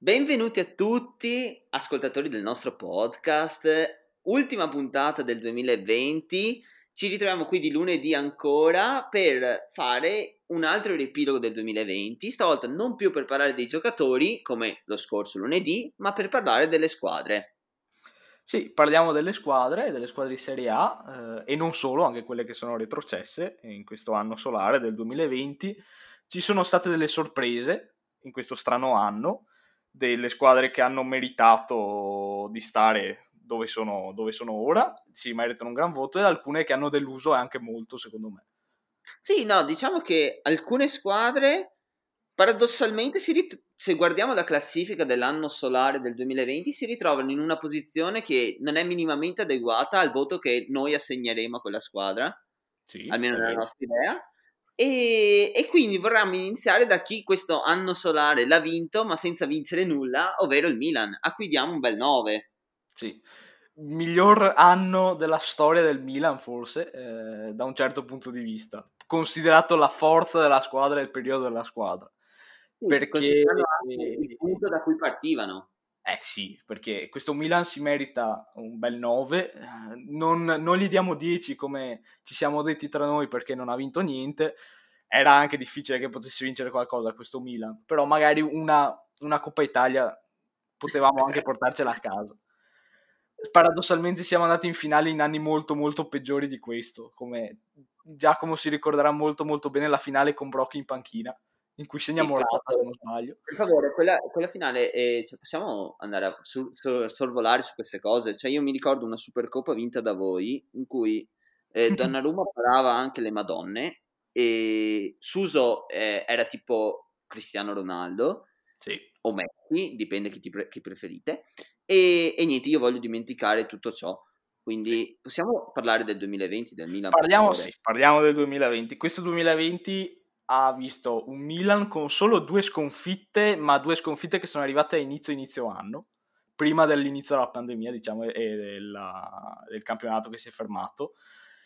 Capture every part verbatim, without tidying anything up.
Benvenuti a tutti, ascoltatori del nostro podcast. Ultima puntata del duemilaventi. Ci ritroviamo qui di lunedì ancora per fare un altro riepilogo del duemilaventi. Stavolta non più per parlare dei giocatori, come lo scorso lunedì, ma per parlare delle squadre. Sì, parliamo delle squadre, delle squadre di Serie A eh, e non solo, anche quelle che sono retrocesse in questo anno solare del duemilaventi. Ci sono state delle sorprese in questo strano anno, delle squadre che hanno meritato di stare dove sono, dove sono ora, si meritano un gran voto, e alcune che hanno deluso e anche molto, secondo me. Sì, no, diciamo che alcune squadre, paradossalmente, si rit- se guardiamo la classifica dell'anno solare del duemilaventi, si ritrovano in una posizione che non è minimamente adeguata al voto che noi assegneremo a quella squadra, Sì, almeno è nella vero. nostra idea. E, e quindi vorremmo iniziare da chi questo anno solare l'ha vinto, ma senza vincere nulla, ovvero il Milan, a cui diamo un bel nove. Sì, miglior anno della storia del Milan forse, eh, da un certo punto di vista, considerato la forza della squadra e il periodo della squadra. Sì, Perché, considerando anche il punto da cui partivano. eh sì, perché questo Milan si merita un bel nove, eh, non, non gli diamo dieci come ci siamo detti tra noi perché non ha vinto niente, era anche difficile che potesse vincere qualcosa questo Milan, però magari una, una Coppa Italia potevamo anche portarcela a casa. Paradossalmente siamo andati in finale in anni molto molto peggiori di questo, come Giacomo si ricorderà molto molto bene la finale con Brocchi in panchina, in cui segna Sì, per Morata se favore, non sbaglio. per favore, quella, quella finale, eh, cioè, possiamo andare a su- so- sorvolare su queste cose? Cioè, io mi ricordo una Supercoppa vinta da voi, in cui eh, Donnarumma parava anche le Madonne, e Suso eh, era tipo Cristiano Ronaldo, Sì. o Messi, dipende chi, ti pre- chi preferite, e, e niente, io voglio dimenticare tutto ciò. Sì. Quindi possiamo parlare del duemilaventi, del Milan, per Parliamo, sì, favore? parliamo del duemilaventi. Questo duemilaventi ha visto un Milan con solo due sconfitte, ma due sconfitte che sono arrivate a inizio inizio anno, prima dell'inizio della pandemia, diciamo, e della, del campionato che si è fermato.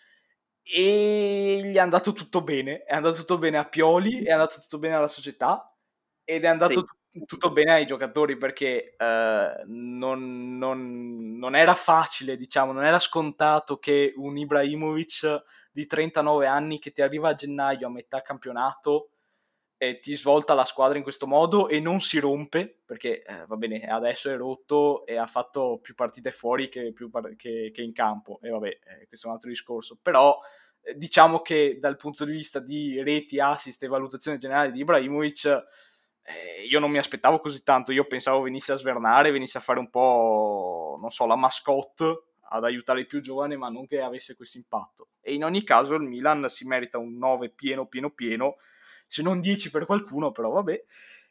E gli è andato tutto bene, è andato tutto bene a Pioli, è andato tutto bene alla società ed è andato Sì. t- tutto bene ai giocatori perché eh, non, non, non era facile, diciamo, non era scontato che un Ibrahimovic di trentanove anni che ti arriva a gennaio a metà campionato e ti svolta la squadra in questo modo e non si rompe perché eh, va bene, adesso è rotto e ha fatto più partite fuori che, più par- che, che in campo e vabbè, eh, questo è un altro discorso, però eh, diciamo che dal punto di vista di reti, assist e valutazione generale di Ibrahimovic eh, io non mi aspettavo così tanto, io pensavo venisse a svernare, venisse a fare un po', non so, la mascotte ad aiutare i più giovani, ma non che avesse questo impatto. E in ogni caso il Milan si merita un nove pieno, pieno, pieno, se non dieci per qualcuno, però vabbè.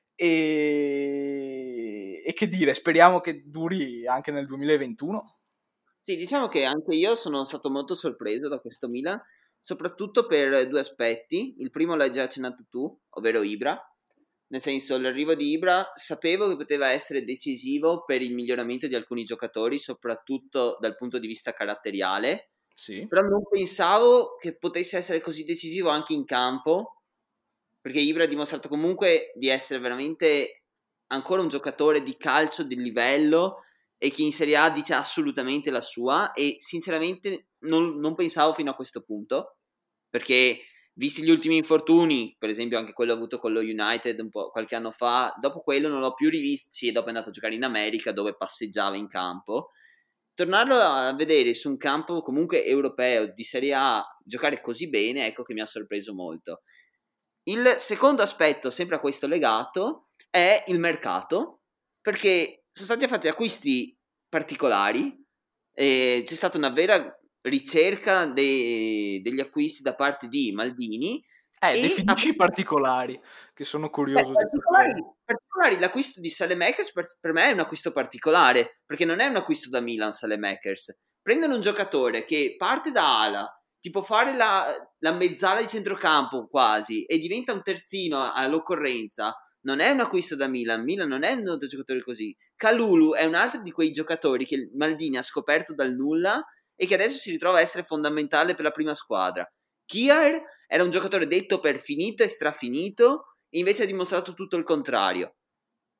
E, e che dire, speriamo che duri anche nel duemilaventuno. Sì, diciamo che anche io sono stato molto sorpreso da questo Milan, soprattutto per due aspetti. Il primo l'hai già accennato tu, ovvero Ibra. Nel senso, l'arrivo di Ibra sapevo che poteva essere decisivo per il miglioramento di alcuni giocatori, soprattutto dal punto di vista caratteriale, Sì, però non pensavo che potesse essere così decisivo anche in campo, perché Ibra ha dimostrato comunque di essere veramente ancora un giocatore di calcio di livello e che in Serie A dice assolutamente la sua, e sinceramente non, non pensavo fino a questo punto, perché visti gli ultimi infortuni, per esempio anche quello avuto con lo United un po' qualche anno fa, dopo quello non l'ho più rivisto, sì, e dopo è andato a giocare in America dove passeggiava in campo. Tornarlo a vedere su un campo comunque europeo di Serie A giocare così bene, ecco che mi ha sorpreso molto. Il secondo aspetto, sempre a questo legato, è il mercato, perché sono stati fatti acquisti particolari, e c'è stata una vera ricerca dei- degli acquisti da parte di Maldini eh, e a definisci i particolari, che sono Beh, curioso di particolari, sapere. particolari, l'acquisto di Saelemaekers per, per me è un acquisto particolare, perché non è un acquisto da Milan Saelemaekers. Prendono un giocatore che parte da ala, ti può fare la, la mezzala di centrocampo quasi, e diventa un terzino all'occorrenza. Non è un acquisto da Milan, Milan non è un giocatore così. Kalulu è un altro di quei giocatori che Maldini ha scoperto dal nulla e che adesso si ritrova a essere fondamentale per la prima squadra. Kier era un giocatore detto per finito e strafinito, e invece ha dimostrato tutto il contrario.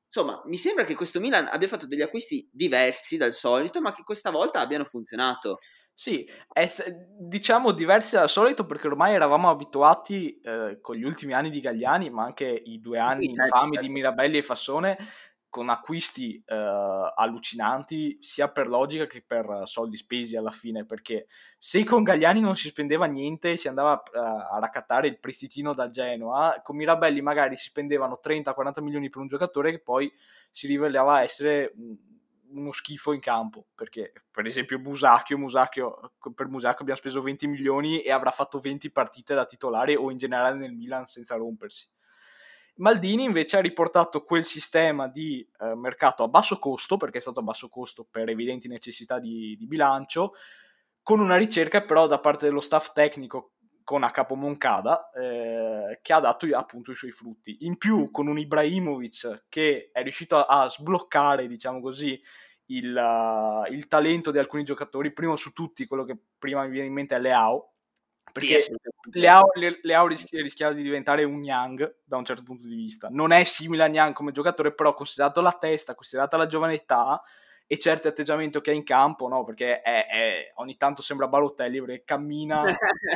insomma, mi sembra che questo Milan abbia fatto degli acquisti diversi dal solito, ma che questa volta abbiano funzionato. Sì, è, diciamo diversi dal solito perché ormai eravamo abituati eh, con gli ultimi anni di Galliani, ma anche i due Sì, anni certo, infami di certo. Mirabelli e Fassone, con acquisti eh, allucinanti sia per logica che per soldi spesi alla fine, perché se con Galliani non si spendeva niente, si andava a, a raccattare il prestitino da Genoa, con Mirabelli magari si spendevano trenta quaranta milioni per un giocatore che poi si rivelava essere uno schifo in campo, perché per esempio Musacchio, Musacchio per Musacchio abbiamo speso venti milioni e avrà fatto venti partite da titolare o in generale nel Milan senza rompersi. Maldini invece ha riportato quel sistema di eh, mercato a basso costo, perché è stato a basso costo per evidenti necessità di, di bilancio, con una ricerca però da parte dello staff tecnico con a capo Moncada, eh, che ha dato appunto i suoi frutti. In più con un Ibrahimovic che è riuscito a, a sbloccare, diciamo così, il, uh, il talento di alcuni giocatori, primo su tutti quello che prima mi viene in mente è Leao, Sì, perché assolutamente. Leao, Le, Leao rischia, rischiava di diventare un Niang da un certo punto di vista. Non è simile a Niang come giocatore, però considerato la testa, considerata la giovane età e certi atteggiamenti che ha in campo, no? Perché è, è, ogni tanto sembra Balotelli perché cammina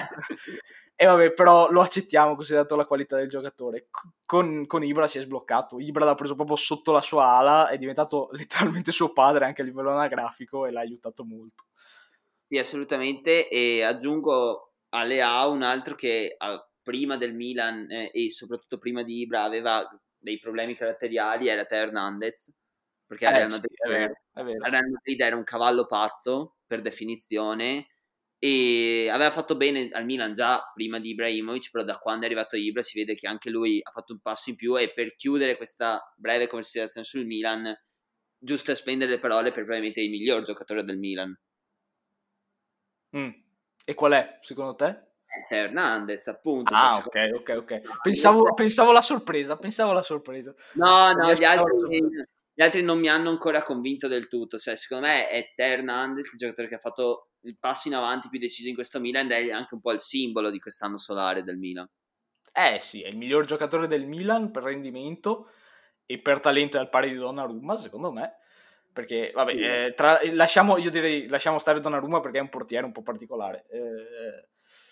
e vabbè, però lo accettiamo considerato la qualità del giocatore. Con, con Ibra si è sbloccato, Ibra l'ha preso proprio sotto la sua ala, è diventato letteralmente suo padre anche a livello anagrafico e l'ha aiutato molto. Sì, assolutamente, e aggiungo a Leao un altro che a, prima del Milan eh, e soprattutto prima di Ibra aveva dei problemi caratteriali, era Teo Hernandez, perché al Eh Real sì, Madrid, è vero, è vero. al Real Madrid era un cavallo pazzo per definizione e aveva fatto bene al Milan già prima di Ibrahimovic, però da quando è arrivato Ibra si vede che anche lui ha fatto un passo in più. E per chiudere questa breve considerazione sul Milan, giusto a spendere le parole per probabilmente il miglior giocatore del Milan. Mm. E qual è, secondo te? Teo Hernandez, appunto. Cioè, Ah, ok, secondo ok, ok. me, Pensavo, pensavo la sorpresa, pensavo la sorpresa. no, Mi no, gli aspettavo altri, la sorpresa. gli altri non mi hanno ancora convinto del tutto. Cioè, secondo me è Teo Hernandez il giocatore che ha fatto il passo in avanti più deciso in questo Milan ed è anche un po' il simbolo di quest'anno solare del Milan. Eh sì, è il miglior giocatore del Milan per rendimento e per talento è al pari di Donnarumma, secondo me. Perché, vabbè, Sì, eh, tra, lasciamo, io direi lasciamo stare Donnarumma perché è un portiere un po' particolare. Eh,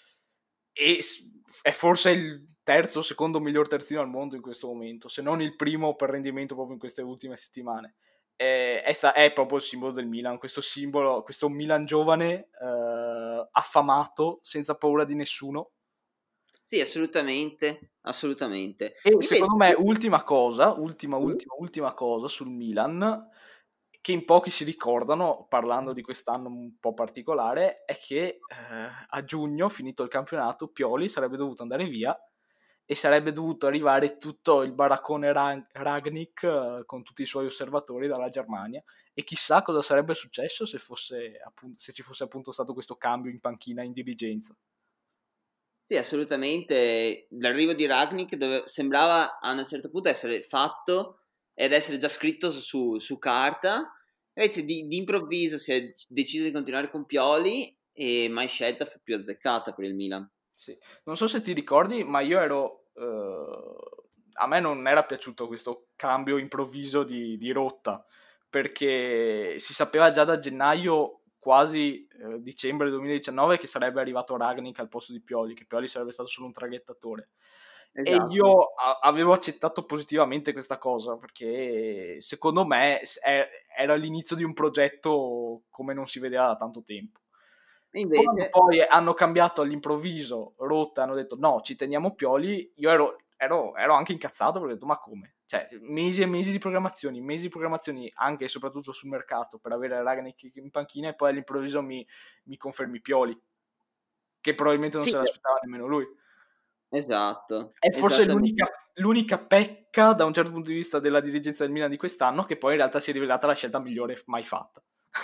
e è forse il terzo o secondo miglior terzino al mondo in questo momento, se non il primo per rendimento proprio in queste ultime settimane. Eh, è, sta, è proprio il simbolo del Milan, questo simbolo, questo Milan giovane, eh, affamato, senza paura di nessuno. sì, assolutamente, assolutamente. E Invece, secondo me, ultima cosa, ultima, ultima, ultima cosa sul Milan, che in pochi si ricordano, parlando di quest'anno un po' particolare, è che eh, a giugno, finito il campionato, Pioli sarebbe dovuto andare via e sarebbe dovuto arrivare tutto il baraccone Rag- Ragnick eh, con tutti i suoi osservatori dalla Germania e chissà cosa sarebbe successo se, fosse, appunto, se ci fosse appunto stato questo cambio in panchina in dirigenza. sì, assolutamente. L'arrivo di Ragnick dove sembrava a un certo punto essere fatto ed essere già scritto su, su carta. Invece di, di improvviso si è deciso di continuare con Pioli e mai scelta fu più azzeccata per il Milan. Sì. Non so se ti ricordi, ma io ero... eh, a me non era piaciuto questo cambio improvviso di, di rotta, perché si sapeva già da gennaio, quasi eh, dicembre duemiladiciannove, che sarebbe arrivato Ragnick al posto di Pioli, che Pioli sarebbe stato solo un traghettatore. E Esatto. io a- avevo accettato positivamente questa cosa, perché secondo me è- era l'inizio di un progetto come non si vedeva da tanto tempo. E Quando invece, poi hanno cambiato all'improvviso rotta, hanno detto no, ci teniamo Pioli, io ero, ero, ero anche incazzato perché ho detto ma come? Cioè, mesi e mesi di programmazioni, mesi di programmazioni anche e soprattutto sul mercato per avere Ragnick in panchina e poi all'improvviso mi, mi confermi Pioli, che probabilmente non sì, se l'aspettava nemmeno lui. esatto, È forse l'unica, esattamente. l'unica pecca da un certo punto di vista della dirigenza del Milan di quest'anno, che poi in realtà si è rivelata la scelta migliore mai fatta.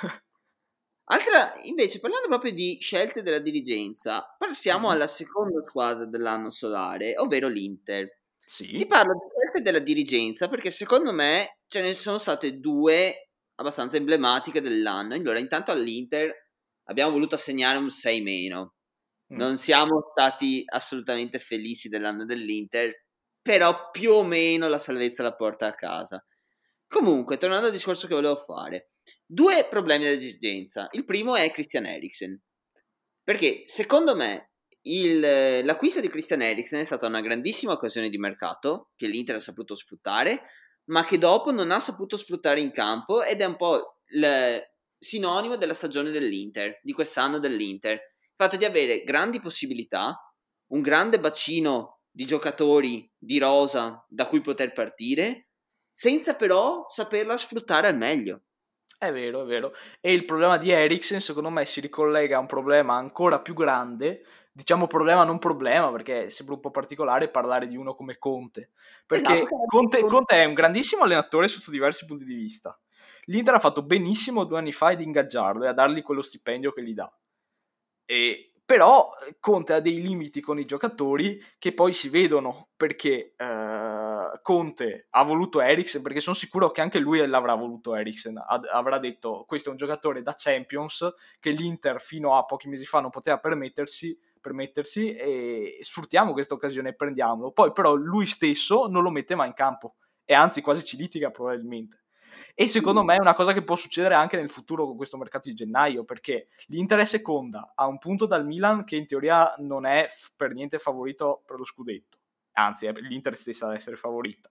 Altra, invece, parlando proprio di scelte della dirigenza, passiamo Mhm. alla seconda squadra dell'anno solare, ovvero l'Inter. Ti Sì. parlo di scelte della dirigenza perché secondo me ce ne sono state due abbastanza emblematiche dell'anno. Allora, intanto all'Inter abbiamo voluto assegnare un sei meno. Mm. Non siamo stati assolutamente felici dell'anno dell'Inter, però più o meno la salvezza la porta a casa. Comunque, tornando al discorso che volevo fare, due problemi di esigenza. Il primo è Christian Eriksen, perché secondo me il, l'acquisto di Christian Eriksen è stata una grandissima occasione di mercato che l'Inter ha saputo sfruttare, ma che dopo non ha saputo sfruttare in campo, ed è un po' il sinonimo della stagione dell'Inter, di quest'anno dell'Inter. Il fatto di avere grandi possibilità, un grande bacino di giocatori di rosa da cui poter partire, senza però saperla sfruttare al meglio. È vero, è vero. E il problema di Eriksen, secondo me, si ricollega a un problema ancora più grande. Diciamo problema non problema, perché sembra un po' particolare parlare di uno come Conte. Perché Esatto, Conte, Conte è un grandissimo allenatore sotto diversi punti di vista. L'Inter ha fatto benissimo due anni fa ad ingaggiarlo e a dargli quello stipendio che gli dà. E, però Conte ha dei limiti con i giocatori che poi si vedono, perché eh, Conte ha voluto Eriksen, perché sono sicuro che anche lui l'avrà voluto Eriksen, Ad, avrà detto questo è un giocatore da Champions che l'Inter fino a pochi mesi fa non poteva permettersi, permettersi e sfruttiamo questa occasione e prendiamolo. Poi però lui stesso non lo mette mai in campo e anzi quasi ci litiga probabilmente. E secondo me è una cosa che può succedere anche nel futuro con questo mercato di gennaio, perché l'Inter è seconda, a un punto dal Milan che in teoria non è f- per niente favorito per lo scudetto, anzi è l'Inter stessa ad essere favorita.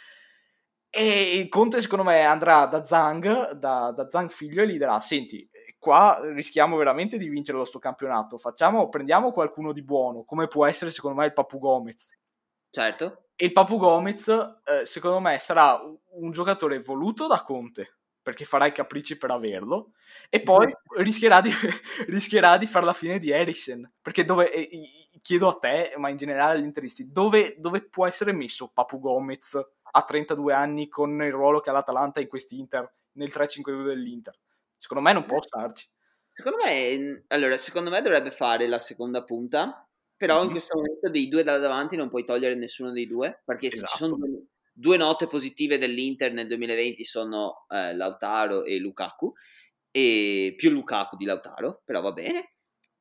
E Conte secondo me andrà da Zhang, da, da Zhang figlio, e gli dirà: senti, qua rischiamo veramente di vincere lo sto campionato, facciamo, prendiamo qualcuno di buono, come può essere secondo me il Papu Gomez. Certo. E il Papu Gomez, eh, secondo me, sarà un, un giocatore voluto da Conte, perché farà i capricci per averlo, e poi rischierà di, rischierà di fare la fine di Eriksen, perché dove, eh, chiedo a te, ma in generale agli interisti, dove, dove può essere messo Papu Gomez a trentadue anni con il ruolo che ha l'Atalanta in questi Inter, nel tre cinque due dell'Inter? Secondo me non può starci. Secondo me, allora, secondo me dovrebbe fare la seconda punta, però in Mm-hmm. questo momento dei due da davanti non puoi togliere nessuno dei due, perché se ci sono Esatto. due, due note positive dell'Inter nel duemilaventi sono eh, Lautaro e Lukaku, e più Lukaku di Lautaro, però va bene.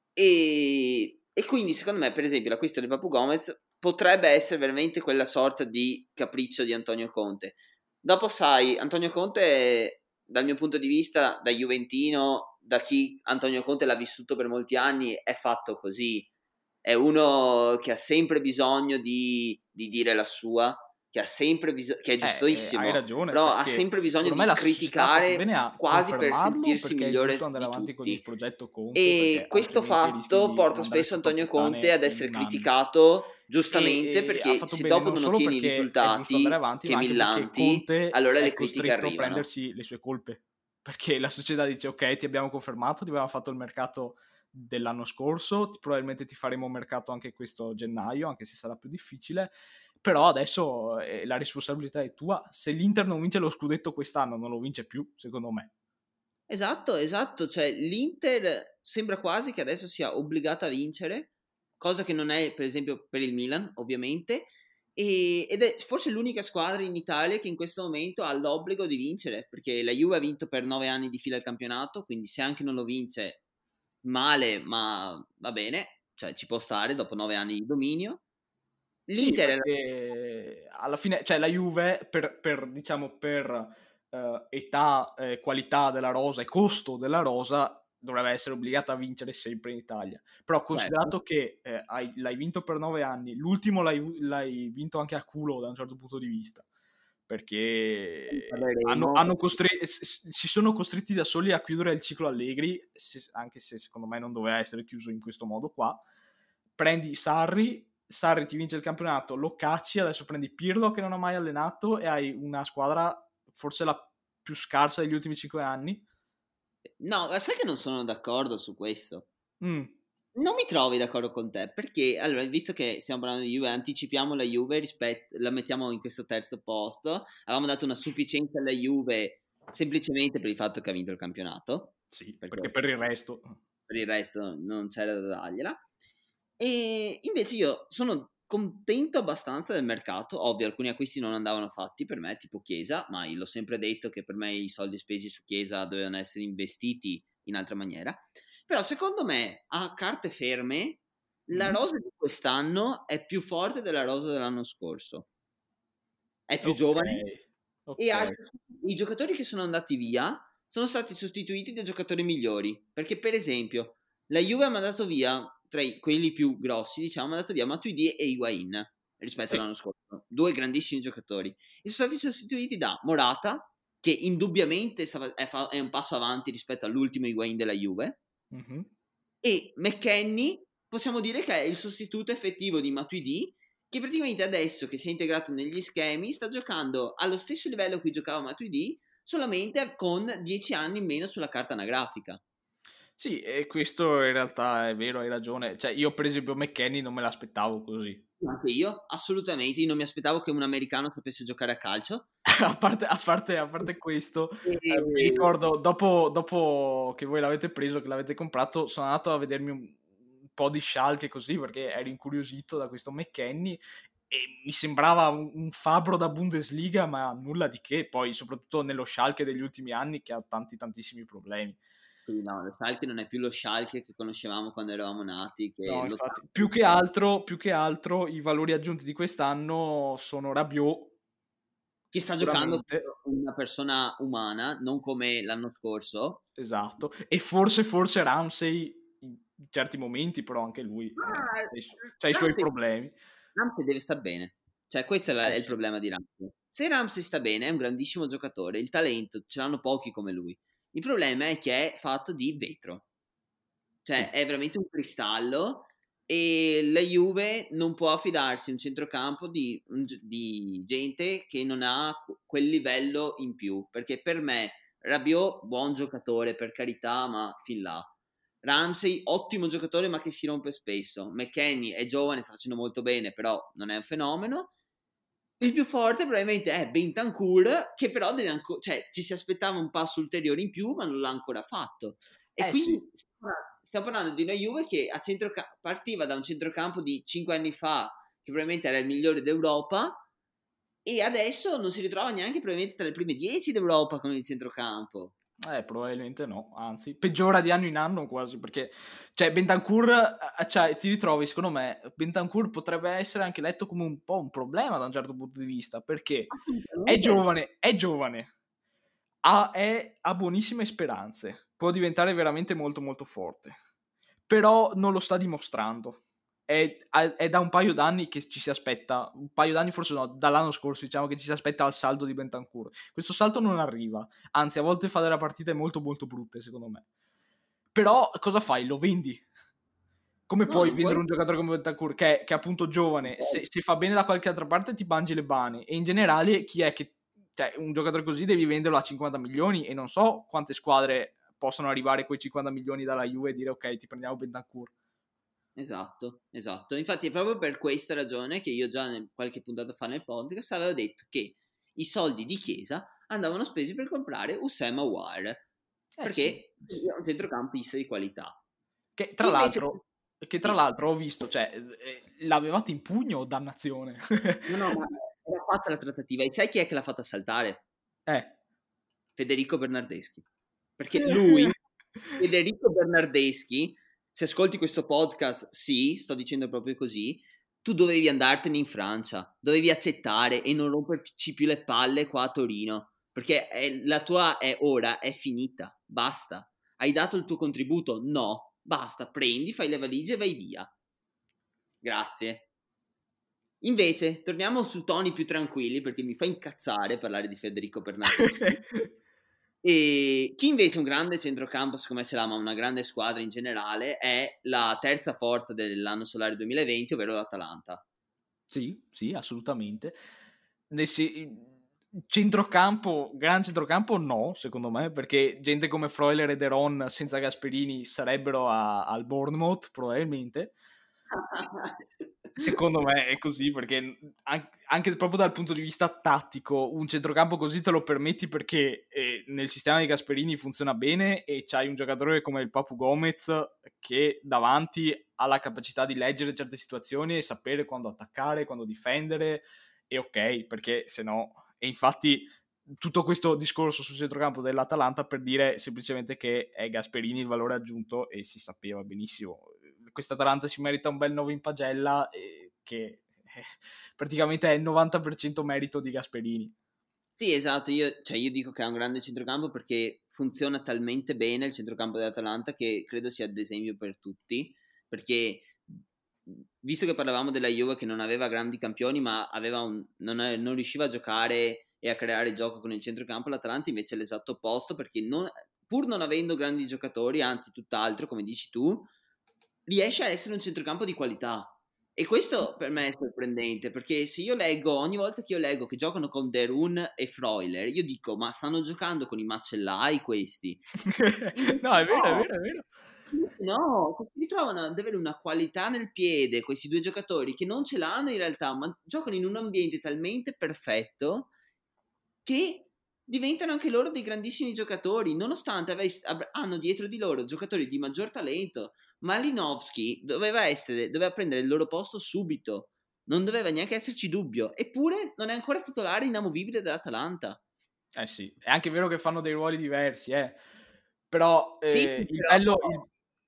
E, e quindi secondo me, per esempio, l'acquisto di Papu Gomez potrebbe essere veramente quella sorta di capriccio di Antonio Conte. Dopo sai, Antonio Conte, dal mio punto di vista, da juventino, da chi Antonio Conte l'ha vissuto per molti anni, è fatto così. È uno che ha sempre bisogno di, di dire la sua, che ha sempre bisogno, che è Eh, eh, hai giustissimo, ragione, però ha perché sempre bisogno secondo me di la sua società ha fatto bene criticare a quasi per confermarlo, sentirsi perché è giusto migliore andare di avanti con il tutti. progetto Conte, E perché questo altrimenti rischi fatto di porta mandare spesso sotto a Antonio Conte puttane ad in essere un anno. criticato giustamente E, e ha perché fatto se bene dopo non non solo ottieni i perché è giusto andare risultati avanti, che ma anche perché millanti, Conte allora è le critiche costretto a arrivano. prendersi le sue colpe. Perché la società dice: ok, ti abbiamo confermato, ti abbiamo fatto il mercato dell'anno scorso, ti, probabilmente ti faremo un mercato anche questo gennaio, anche se sarà più difficile. Però adesso eh, la responsabilità è tua. Se l'Inter non vince lo scudetto quest'anno, non lo vince più, secondo me. Esatto, esatto, cioè l'Inter sembra quasi che adesso sia obbligata a vincere, cosa che non è per esempio per il Milan, ovviamente, e- ed è forse l'unica squadra in Italia che in questo momento ha l'obbligo di vincere, perché la Juve ha vinto per nove anni di fila il campionato, quindi se anche non lo vince, male, ma va bene, cioè ci può stare dopo nove anni di dominio. Sì, L'Inter è la... perché alla fine, cioè la Juve per, per, diciamo, per eh, età, eh, qualità della rosa e costo della rosa dovrebbe essere obbligata a vincere sempre in Italia. Però Certo. considerato che eh, hai, l'hai vinto per nove anni, l'ultimo l'hai, l'hai vinto anche a culo da un certo punto di vista, perché hanno, Parleremo. hanno costri- si sono costretti da soli a chiudere il ciclo Allegri, se, anche se secondo me non doveva essere chiuso in questo modo qua. Prendi Sarri, Sarri ti vince il campionato, lo cacci, adesso prendi Pirlo che non ha mai allenato e hai una squadra forse la più scarsa degli ultimi cinque anni. No, ma sai che non sono d'accordo su questo? Mm. Non mi trovi d'accordo con te, perché allora, visto che stiamo parlando di Juve, anticipiamo la Juve, rispetto, la mettiamo in questo terzo posto. Avevamo dato una sufficienza alla Juve semplicemente per il fatto che ha vinto il campionato, Sì, perché perché per il resto... per il resto non c'era da dargliela. E invece io sono contento abbastanza del mercato. Ovvio, alcuni acquisti non andavano fatti per me, tipo Chiesa, ma io l'ho sempre detto che per me i soldi spesi su Chiesa dovevano essere investiti in altra maniera. Però secondo me, a carte ferme, la Mm. rosa di quest'anno è più forte della rosa dell'anno scorso. È più Ok, giovane, e Ok. altri, i giocatori che sono andati via sono stati sostituiti da giocatori migliori, perché per esempio la Juve ha mandato via, tra i, quelli più grossi diciamo, ha mandato via Matuidi e Higuain rispetto Sì. all'anno scorso, due grandissimi giocatori, e sono stati sostituiti da Morata, che indubbiamente è, fa- è un passo avanti rispetto all'ultimo Higuain della Juve, Mm-hmm. e McKennie possiamo dire che è il sostituto effettivo di Matuidi, che praticamente adesso che si è integrato negli schemi sta giocando allo stesso livello a cui giocava Matuidi, solamente con dieci anni in meno sulla carta anagrafica. Sì, e questo in realtà è vero, hai ragione. Cioè, io per esempio McKennie non me l'aspettavo così. Anche io, assolutamente, io non mi aspettavo che un americano sapesse giocare a calcio. A parte, a parte, a parte questo, eh, mi E... ricordo dopo, dopo che voi l'avete preso, che l'avete comprato, sono andato a vedermi un, un po' di Schalke così perché ero incuriosito da questo McKennie e mi sembrava un, un fabbro da Bundesliga, ma nulla di che. Poi, soprattutto nello Schalke degli ultimi anni, che ha tanti, tantissimi problemi. Quindi no, lo Schalke non è più lo Schalke che conoscevamo quando eravamo nati, che No, lo infatti, più che altro, più che altro i valori aggiunti di quest'anno sono Rabiot, che sta giocando sicuramente. come una persona umana, non come l'anno scorso. Esatto, e forse, forse Ramsey in certi momenti, però anche lui eh, Ah, c'ha i, su- c'ha i suoi Ramsey, problemi. Ramsey deve star bene. Cioè, questo è, la- Eh è il sì, problema di Ramsey. Se Ramsey sta bene, è un grandissimo giocatore, il talento ce l'hanno pochi come lui. Il problema è che è fatto di vetro. Cioè, sì. è veramente un cristallo e la Juve non può affidarsi a un centrocampo di, un gi- di gente che non ha que- quel livello in più. Perché per me, Rabiot, buon giocatore, per carità, ma fin là. Ramsey, ottimo giocatore, ma che si rompe spesso. McKennie è giovane, sta facendo molto bene, però non è un fenomeno. Il più forte probabilmente è Bentancur, che però deve ancora, cioè ci si aspettava un passo ulteriore in più, ma non l'ha ancora fatto. E Eh sì, quindi stiamo parlando di una Juve che a centroca- partiva da un centrocampo di cinque anni fa, che probabilmente era il migliore d'Europa, e adesso non si ritrova neanche probabilmente tra le prime dieci d'Europa con il centrocampo. eh, probabilmente no, anzi, peggiora di anno in anno quasi, perché, cioè, Bentancur, eh, cioè, ti ritrovi, secondo me, Bentancur potrebbe essere anche letto come un po' un problema da un certo punto di vista, perché è Assolutamente. giovane, è giovane, ha, è- ha buonissime speranze, può diventare veramente molto molto forte, però non lo sta dimostrando. È, è da un paio d'anni che ci si aspetta, un paio d'anni forse no, dall'anno scorso diciamo che ci si aspetta al saldo di Bentancur. Questo salto non arriva, anzi a volte fa delle partite molto molto brutte secondo me. Però cosa fai? Lo vendi? Come No, puoi non puoi. vendere un giocatore come Bentancur che, che è appunto giovane, se, se fa bene da qualche altra parte ti mangi le bani, e in generale chi è che, cioè un giocatore così devi venderlo a cinquanta milioni e non so quante squadre possono arrivare quei cinquanta milioni dalla Juve e dire ok ti prendiamo Bentancur. Esatto, esatto. Infatti è proprio per questa ragione che io già nel, qualche puntata fa nel podcast avevo detto che i soldi di Chiesa andavano spesi per comprare Usama War, Eh sì, perché eh sì. è un centrocampista di qualità. Che Che tra invece... l'altro, che tra Sì. l'altro ho visto, cioè, eh, l'avevate in pugno, dannazione. No, no, ma era fatta la trattativa e sai chi è che l'ha fatta saltare? eh. Federico Bernardeschi. Perché lui, Federico Bernardeschi, se ascolti questo podcast, sì, sto dicendo proprio così, tu dovevi andartene in Francia, dovevi accettare e non romperci più le palle qua a Torino, perché è, la tua è ora, è finita, basta. Hai dato il tuo contributo? No, basta, prendi, fai le valigie e vai via. Grazie. Invece, torniamo su toni più tranquilli perché mi fa incazzare parlare di Federico Bernardeschi. E chi invece è un grande centrocampo, secondo me ce l'ha, ma una grande squadra in generale, è la terza forza dell'anno solare duemilaventi, ovvero l'Atalanta. Sì, sì, assolutamente. Nel se- centrocampo, gran centrocampo no, secondo me, perché gente come Freuler e De Ron senza Gasperini sarebbero a- al Bournemouth, probabilmente. Secondo me è così, perché an- anche proprio dal punto di vista tattico, un centrocampo così te lo permetti perché eh, nel sistema di Gasperini funziona bene e c'hai un giocatore come il Papu Gomez che davanti ha la capacità di leggere certe situazioni e sapere quando attaccare, quando difendere, e ok, perché se no... E infatti tutto questo discorso sul centrocampo dell'Atalanta per dire semplicemente che è Gasperini il valore aggiunto e si sapeva benissimo. Questa Atalanta si merita un bel nove in pagella eh, che eh, praticamente è il novanta per cento merito di Gasperini. Sì, esatto, io, cioè, io dico che ha un grande centrocampo perché funziona talmente bene il centrocampo dell'Atalanta che credo sia ad esempio per tutti, perché visto che parlavamo della Juve che non aveva grandi campioni ma aveva un, non, non riusciva a giocare e a creare gioco con il centrocampo, l'Atalanta invece è l'esatto opposto perché non, pur non avendo grandi giocatori, anzi tutt'altro come dici tu, riesce a essere un centrocampo di qualità. E questo per me è sorprendente, perché se io leggo, ogni volta che io leggo che giocano con Derun e Freuler, io dico, ma stanno giocando con i macellai questi? Invece No, è vero, è no, vero, è vero. invece no, si ritrovano ad avere una qualità nel piede, questi due giocatori che non ce l'hanno in realtà, ma giocano in un ambiente talmente perfetto che diventano anche loro dei grandissimi giocatori, nonostante avess- ab- hanno dietro di loro giocatori di maggior talento. Malinowski doveva essere, doveva prendere il loro posto subito, non doveva neanche esserci dubbio, eppure non è ancora titolare inamovibile dell'Atalanta. Eh sì, è anche vero che fanno dei ruoli diversi, eh. Però Sì, eh, il però bello, il,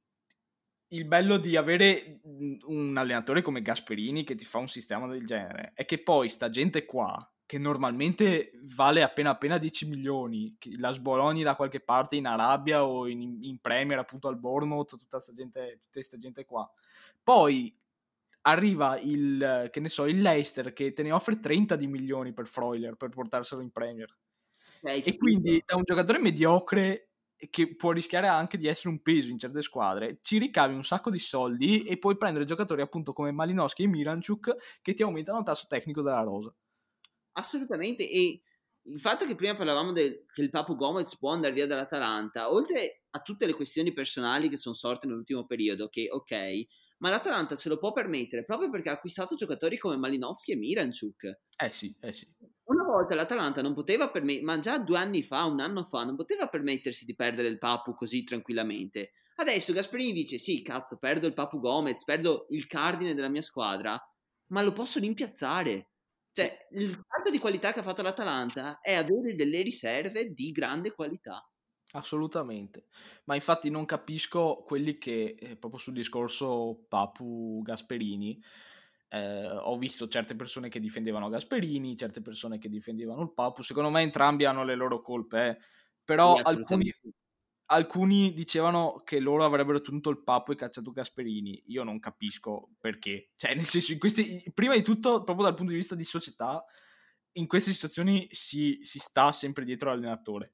il bello di avere mhmm, un allenatore come Gasperini che ti fa un sistema del genere è che poi sta gente qua, che normalmente vale appena appena dieci milioni, che la sbologni da qualche parte in Arabia o in, in Premier, appunto al Bournemouth, tutta questa gente, tutta questa gente qua. Poi arriva il, che ne so, il Leicester che te ne offre trenta di milioni per Freuler per portarselo in Premier. hai E quindi capito? da un giocatore mediocre che può rischiare anche di essere un peso in certe squadre, ci ricavi un sacco di soldi e puoi prendere giocatori appunto come Malinowski e Miranchuk che ti aumentano il tasso tecnico della rosa. Assolutamente, e il fatto che prima parlavamo del, che il Papu Gomez può andare via dall'Atalanta, oltre a tutte le questioni personali che sono sorte nell'ultimo periodo, che ok, ma l'Atalanta se lo può permettere proprio perché ha acquistato giocatori come Malinowski e Miranchuk. Eh sì, eh sì. Una volta l'Atalanta non poteva permettersi, ma già due anni fa, un anno fa, non poteva permettersi di perdere il Papu così tranquillamente. Adesso Gasperini dice: sì, cazzo, perdo il Papu Gomez, perdo il cardine della mia squadra, ma lo posso rimpiazzare. Sì, Cioè, il salto di qualità che ha fatto l'Atalanta è avere delle riserve di grande qualità. assolutamente. Ma infatti non capisco quelli che, eh, proprio sul discorso Papu Gasperini, eh, ho visto certe persone che difendevano Gasperini, certe persone che difendevano il Papu. Secondo me entrambi hanno le loro colpe, eh. Sì, Però alcuni, assolutamente. alcuni dicevano che loro avrebbero tenuto il Papu e cacciato Gasperini. Io non capisco perché. Cioè, nel senso, in questi, prima di tutto, proprio dal punto di vista di società, in queste situazioni si, si sta sempre dietro all'allenatore,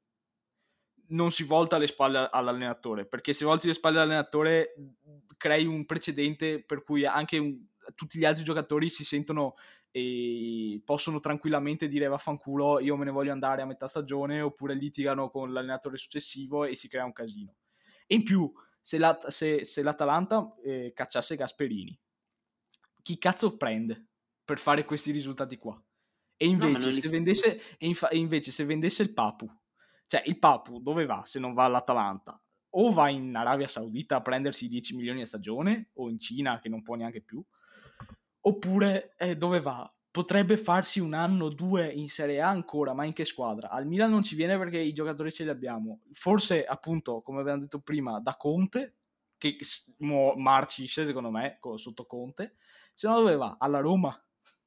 non si volta le spalle all'allenatore, perché se volti le spalle all'allenatore crei un precedente per cui anche un, tutti gli altri giocatori si sentono e possono tranquillamente dire vaffanculo, io me ne voglio andare a metà stagione, oppure litigano con l'allenatore successivo e si crea un casino. E in più, se, la, se, se l'Atalanta eh, cacciasse Gasperini, chi cazzo prende per fare questi risultati qua? E No, ma invece non li se fa. vendesse, e infa- e invece se vendesse il Papu, cioè il Papu dove va se non va all'Atalanta? O va in Arabia Saudita a prendersi dieci milioni a stagione, o in Cina che non può neanche più, oppure eh, dove va? Potrebbe farsi un anno o due in Serie A ancora, ma in che squadra? Al Milan non ci viene perché i giocatori ce li abbiamo. Forse, appunto, come abbiamo detto prima, da Conte, che s- mo marcisce secondo me co- sotto Conte, se no dove va? Alla Roma.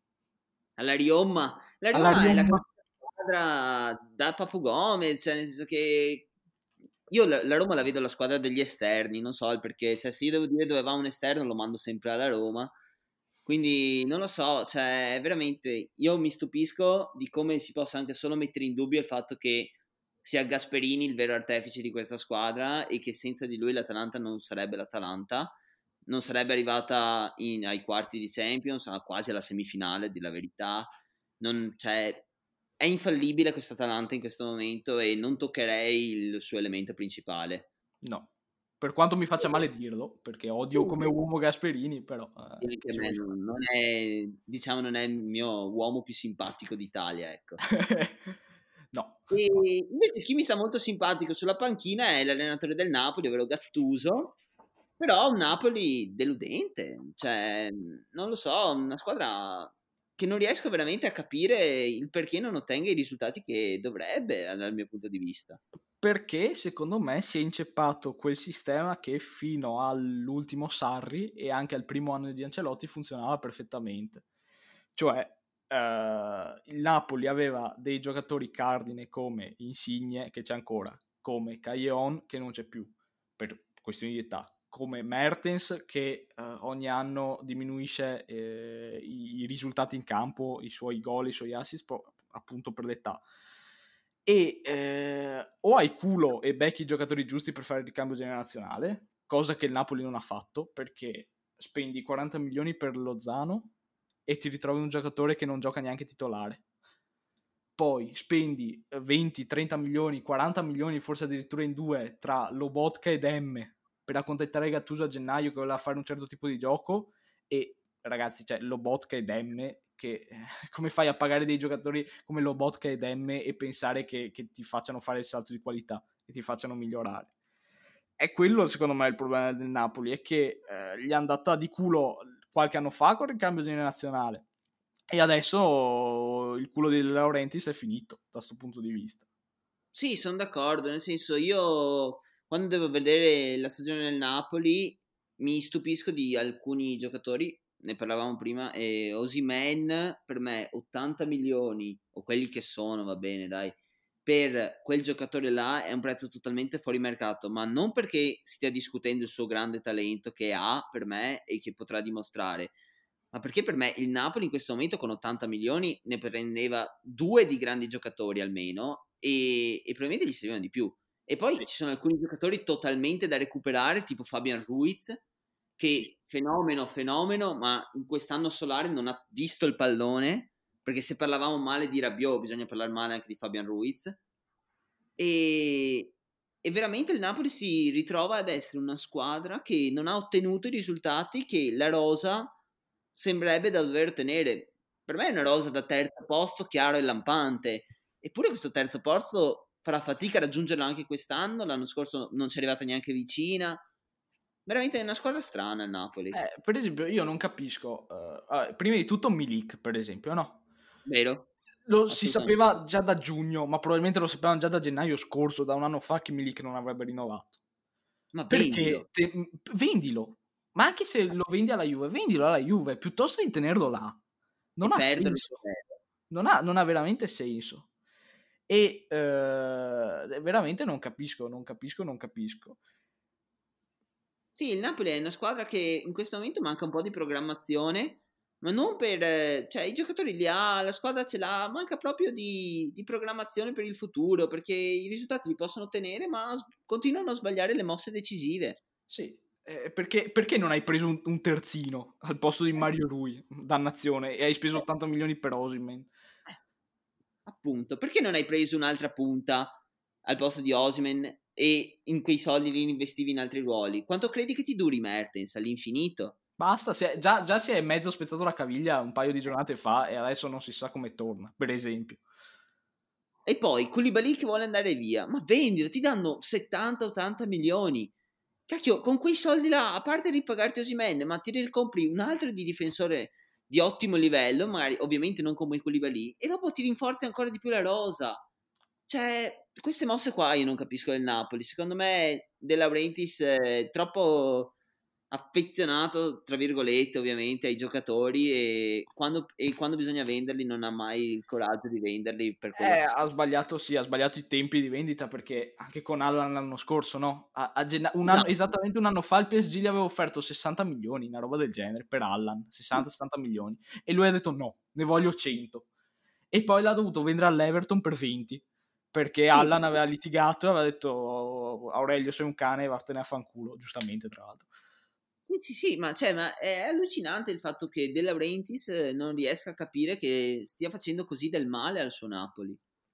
Alla Riomma. La Alla Riomma è la Roma. classica squadra da Papu Gomez, cioè nel senso che io la, la Roma la vedo la squadra degli esterni, non so il perché, cioè se io devo dire dove va un esterno lo mando sempre alla Roma, quindi non lo so, cioè veramente io mi stupisco di come si possa anche solo mettere in dubbio il fatto che sia Gasperini il vero artefice di questa squadra e che senza di lui l'Atalanta non sarebbe l'Atalanta, non sarebbe arrivata in- ai quarti di Champions, a- quasi alla semifinale, di la verità. Non, cioè, è infallibile questa Atalanta in questo momento e non toccherei il suo elemento principale. No. Per quanto mi faccia male dirlo, perché Sì, odio come uomo Gasperini, però sì, eh, anche che a ci me vuoi non, fare? non è, diciamo, non è il mio uomo più simpatico d'Italia, ecco. No. E invece chi mi sta molto simpatico sulla panchina è l'allenatore del Napoli, ovvero Gattuso, però un Napoli deludente, cioè non lo so, una squadra che non riesco veramente a capire il perché non ottenga i risultati che dovrebbe, dal mio punto di vista. Perché secondo me si è inceppato quel sistema che fino all'ultimo Sarri e anche al primo anno di Ancelotti funzionava perfettamente. Cioè, uh, il Napoli aveva dei giocatori cardine come Insigne, che c'è ancora, come Callejon, che non c'è più per questioni di età, come Mertens, che uh, ogni anno diminuisce eh, i, i risultati in campo, i suoi gol, i suoi assist, po- appunto per l'età. E eh, o hai culo e becchi i giocatori giusti per fare il ricambio generazionale, cosa che il Napoli non ha fatto, perché spendi quaranta milioni per Lozano e ti ritrovi un giocatore che non gioca neanche titolare. Poi spendi venti, trenta milioni, quaranta milioni, forse addirittura in due, tra Lobotka ed Emme per accontentare Gattuso a gennaio che voleva fare un certo tipo di gioco, e ragazzi, cioè Lobotka ed Emme, che come fai a pagare dei giocatori come Lobotka ed Emme e pensare che, che ti facciano fare il salto di qualità, che ti facciano migliorare? È quello secondo me il problema del Napoli, è che eh, gli è andata di culo qualche anno fa con il cambio generazionale e adesso il culo di De Laurentiis è finito da questo punto di vista. Sì, sono d'accordo, nel senso io quando devo vedere la stagione del Napoli mi stupisco di alcuni giocatori, ne parlavamo prima, e Osimhen per me ottanta milioni, o quelli che sono, va bene dai, per quel giocatore là è un prezzo totalmente fuori mercato, ma non perché stia discutendo il suo grande talento che ha per me e che potrà dimostrare, ma perché per me il Napoli in questo momento con ottanta milioni ne prendeva due di grandi giocatori almeno e, e probabilmente gli servivano di più. E poi Sì. ci sono alcuni giocatori totalmente da recuperare, tipo Fabian Ruiz, che Sì. fenomeno, fenomeno, ma in quest'anno solare non ha visto il pallone, perché se parlavamo male di Rabiot bisogna parlare male anche di Fabian Ruiz. E, e veramente il Napoli si ritrova ad essere una squadra che non ha ottenuto i risultati che la rosa sembrerebbe da dover ottenere. Per me è una rosa da terzo posto chiaro e lampante, eppure questo terzo posto farà fatica a raggiungerlo anche quest'anno. L'anno scorso non ci è arrivata neanche vicina. Veramente è una squadra strana il Napoli. Eh, per esempio io non capisco uh, prima di tutto Milik, per esempio, no? Vero? Lo si Assolutamente. sapeva già da giugno, ma probabilmente lo sapevano già da gennaio scorso, da un anno fa, che Milik non avrebbe rinnovato. Ma Perché vendilo. te, vendilo, ma anche se lo vendi alla Juve, vendilo alla Juve piuttosto di tenerlo là. E Non ha perderlo. senso, non ha, non ha veramente senso. E eh, veramente non capisco, non capisco, non capisco. Sì, il Napoli è una squadra che in questo momento manca un po' di programmazione, ma non per... cioè i giocatori li ha, la squadra ce l'ha, manca proprio di, di programmazione per il futuro, perché i risultati li possono ottenere, ma s- continuano a sbagliare le mosse decisive. Sì, eh, perché, perché non hai preso un, un terzino al posto di Mario Rui, dannazione, e hai speso ottanta milioni per Osimhen? Eh, appunto, perché non hai preso un'altra punta al posto di Osimhen e in quei soldi li investivi in altri ruoli? Quanto credi che ti duri Mertens all'infinito? Basta, si è- già, già si è mezzo spezzato la caviglia un paio di giornate fa e adesso non si sa come torna, per esempio. E poi Koulibaly che vuole andare via, ma vendilo, ti danno settanta ottanta milioni. Cacchio, con quei soldi là, a parte ripagarti Osimhen, ma ti ricompri un altro di difensore di ottimo livello, magari ovviamente non come Koulibaly, e dopo ti rinforzi ancora di più la rosa. Cioè, queste mosse qua io non capisco del Napoli. Secondo me De Laurentiis è troppo affezionato, tra virgolette, ovviamente, ai giocatori e quando, e quando bisogna venderli non ha mai il coraggio di venderli per quello Eh, che ha sono. sbagliato, sì, ha sbagliato i tempi di vendita perché anche con Allan l'anno scorso, no? A, a genna- un anno, Esatto. esattamente un anno fa il P S G gli aveva offerto sessanta milioni, una roba del genere, per Allan, sessanta settanta milioni. E lui ha detto no, ne voglio cento. E poi l'ha dovuto vendere all'Everton per venti, perché Sì, Allan aveva litigato e aveva detto "Oh, Aurelio sei un cane, vattene a fanculo", giustamente tra l'altro. sì, sì, sì, ma, cioè, ma è allucinante il fatto che De Laurentiis eh, non riesca a capire che stia facendo così del male al suo Napoli.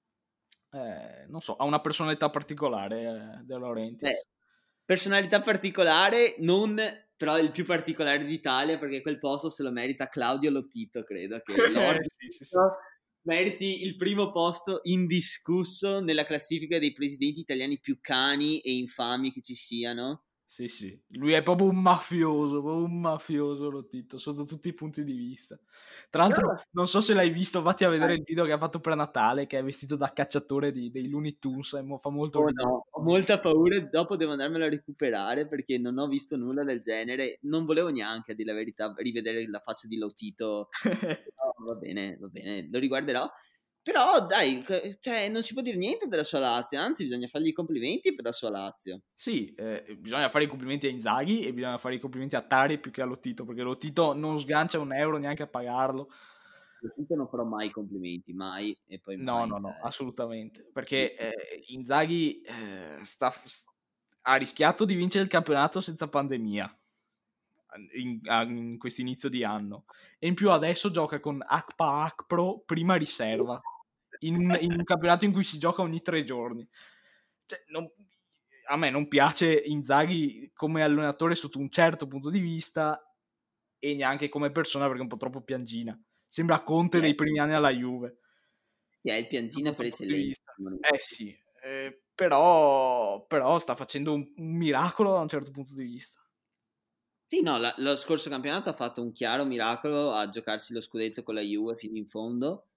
Eh, non so, ha una personalità particolare, eh, De Beh, Laurentiis. personalità particolare, non però il più particolare d'Italia, perché quel posto se lo merita Claudio Lotito, credo che Lord Sì, sì, sì. Lotito meriti il primo posto indiscusso nella classifica dei presidenti italiani più cani e infami che ci siano. Sì, sì, lui è proprio un mafioso, proprio un mafioso Lotito, sotto tutti i punti di vista. Tra l'altro, Però non so se l'hai visto, vatti a vedere il video che ha fatto per Natale, che è vestito da cacciatore di, dei Looney Tunes, e mo- fa molto oh ridere. no, ho molta paura, dopo devo andarmelo a recuperare perché non ho visto nulla del genere. Non volevo neanche, a dire la verità, rivedere la faccia di Lotito. va bene, va bene, lo riguarderò. Però dai, cioè, non si può dire niente della sua Lazio, anzi bisogna fargli i complimenti per la sua Lazio. Sì, eh, bisogna fare i complimenti a Inzaghi e bisogna fare i complimenti a Tari più che a Lotito, perché Lotito non sgancia un euro neanche a pagarlo. Lotito non farò mai i complimenti, mai e poi No, mai. no, no, Cioè. assolutamente, perché eh, Inzaghi eh, sta, ha rischiato di vincere il campionato senza pandemia in, in questo inizio di anno, e in più adesso gioca con Akpa Akpro prima riserva in un, in un campionato in cui si gioca ogni tre giorni. Cioè, non, a me non piace Inzaghi come allenatore sotto un certo punto di vista e neanche come persona, perché è un po' troppo piangina. Sembra Conte Sì, dei è, primi anni alla Juve. sì, è il Da piangina questo per punto di eccellenza. vista. Eh sì, eh, però, però sta facendo un, un miracolo da un certo punto di vista. Sì, no, la, lo scorso campionato ha fatto un chiaro miracolo a giocarsi lo scudetto con la Juve fino in fondo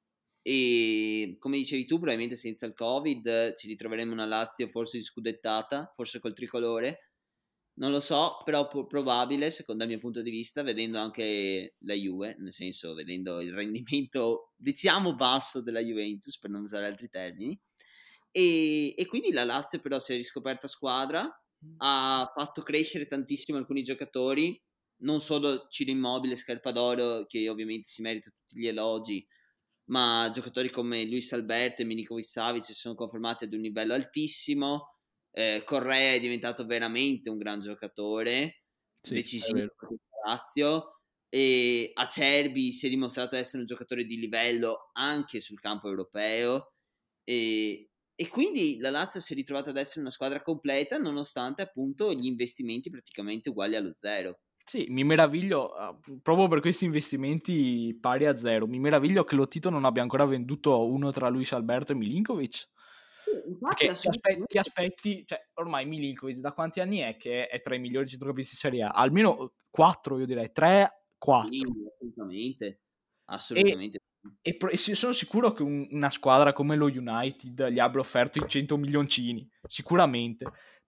e come dicevi tu probabilmente senza il Covid ci ritroveremo una Lazio forse di scudettata, forse col tricolore, non lo so, però po- probabile secondo il mio punto di vista, vedendo anche la Juve, nel senso vedendo il rendimento diciamo basso della Juventus per non usare altri termini e, e quindi la Lazio però si è riscoperta squadra, ha fatto crescere tantissimo alcuni giocatori, non solo Ciro Immobile, Scarpa d'Oro, che ovviamente si merita tutti gli elogi, ma giocatori come Luis Alberto e Milinkovic Savic si sono confermati ad un livello altissimo. eh, Correa è diventato veramente un gran giocatore, Sì, è decisivo vero. per questa Lazio, e Acerbi si è dimostrato essere un giocatore di livello anche sul campo europeo e, e quindi la Lazio si è ritrovata ad essere una squadra completa nonostante appunto gli investimenti praticamente uguali allo zero. Sì, mi meraviglio, uh, proprio per questi investimenti pari a zero, mi meraviglio che Lotito non abbia ancora venduto uno tra Luis Alberto e Milinkovic. Sì, infatti Perché ti aspetti, ti assolutamente aspetti, cioè ormai Milinkovic da quanti anni è che è tra i migliori centrocampisti di Serie A? Almeno quattro, io direi, tre, sì, quattro. assolutamente, E, assolutamente. e, pro- e sì, sono sicuro che un- una squadra come lo United gli abbia offerto i cento milioncini, sicuramente.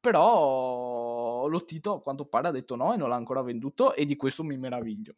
Però Lotito a quanto pare ha detto no e non l'ha ancora venduto e di questo mi meraviglio.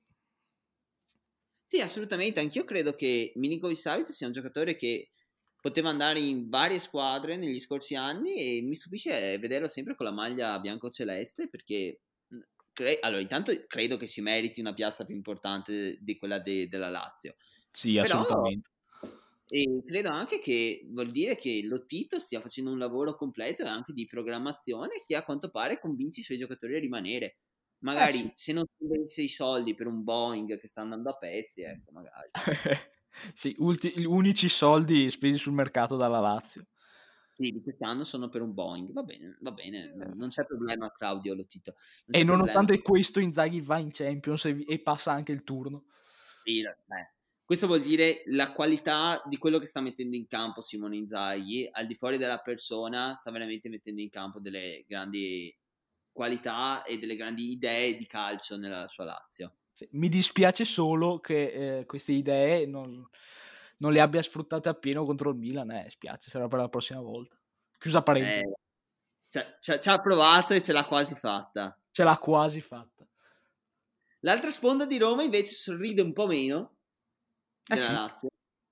Sì, assolutamente, anch'io credo che Milinkovic Savic sia un giocatore che poteva andare in varie squadre negli scorsi anni e mi stupisce vederlo sempre con la maglia bianco-celeste perché mh, cre- allora intanto credo che si meriti una piazza più importante di quella de- della Lazio, Sì, però assolutamente. e credo anche che vuol dire che Lotito stia facendo un lavoro completo e anche di programmazione che a quanto pare convince i suoi giocatori a rimanere. Eh sì. Magari se non spendesse i soldi per un Boeing che sta andando a pezzi, ecco, magari. Sì, ulti- gli unici soldi spesi sul mercato dalla Lazio. Sì, di quest'anno sono per un Boeing. Va bene, va bene, Sì. non, non c'è problema, Claudio Lotito. Non E c'è problema. nonostante questo Inzaghi va in Champions e, vi- e passa anche il turno. Sì, beh. Questo vuol dire la qualità di quello che sta mettendo in campo Simone Inzaghi, al di fuori della persona, sta veramente mettendo in campo delle grandi qualità e delle grandi idee di calcio nella sua Lazio. Sì, mi dispiace solo che eh, queste idee non, non le abbia sfruttate appieno contro il Milan. Eh, spiace, sarà per la prossima volta. Chiusa Eh, parentesi. ci ha- ci ha ci ha provato e ce l'ha quasi fatta. Ce l'ha quasi fatta. L'altra sponda di Roma invece sorride un po' meno Eh della sì. Lazio,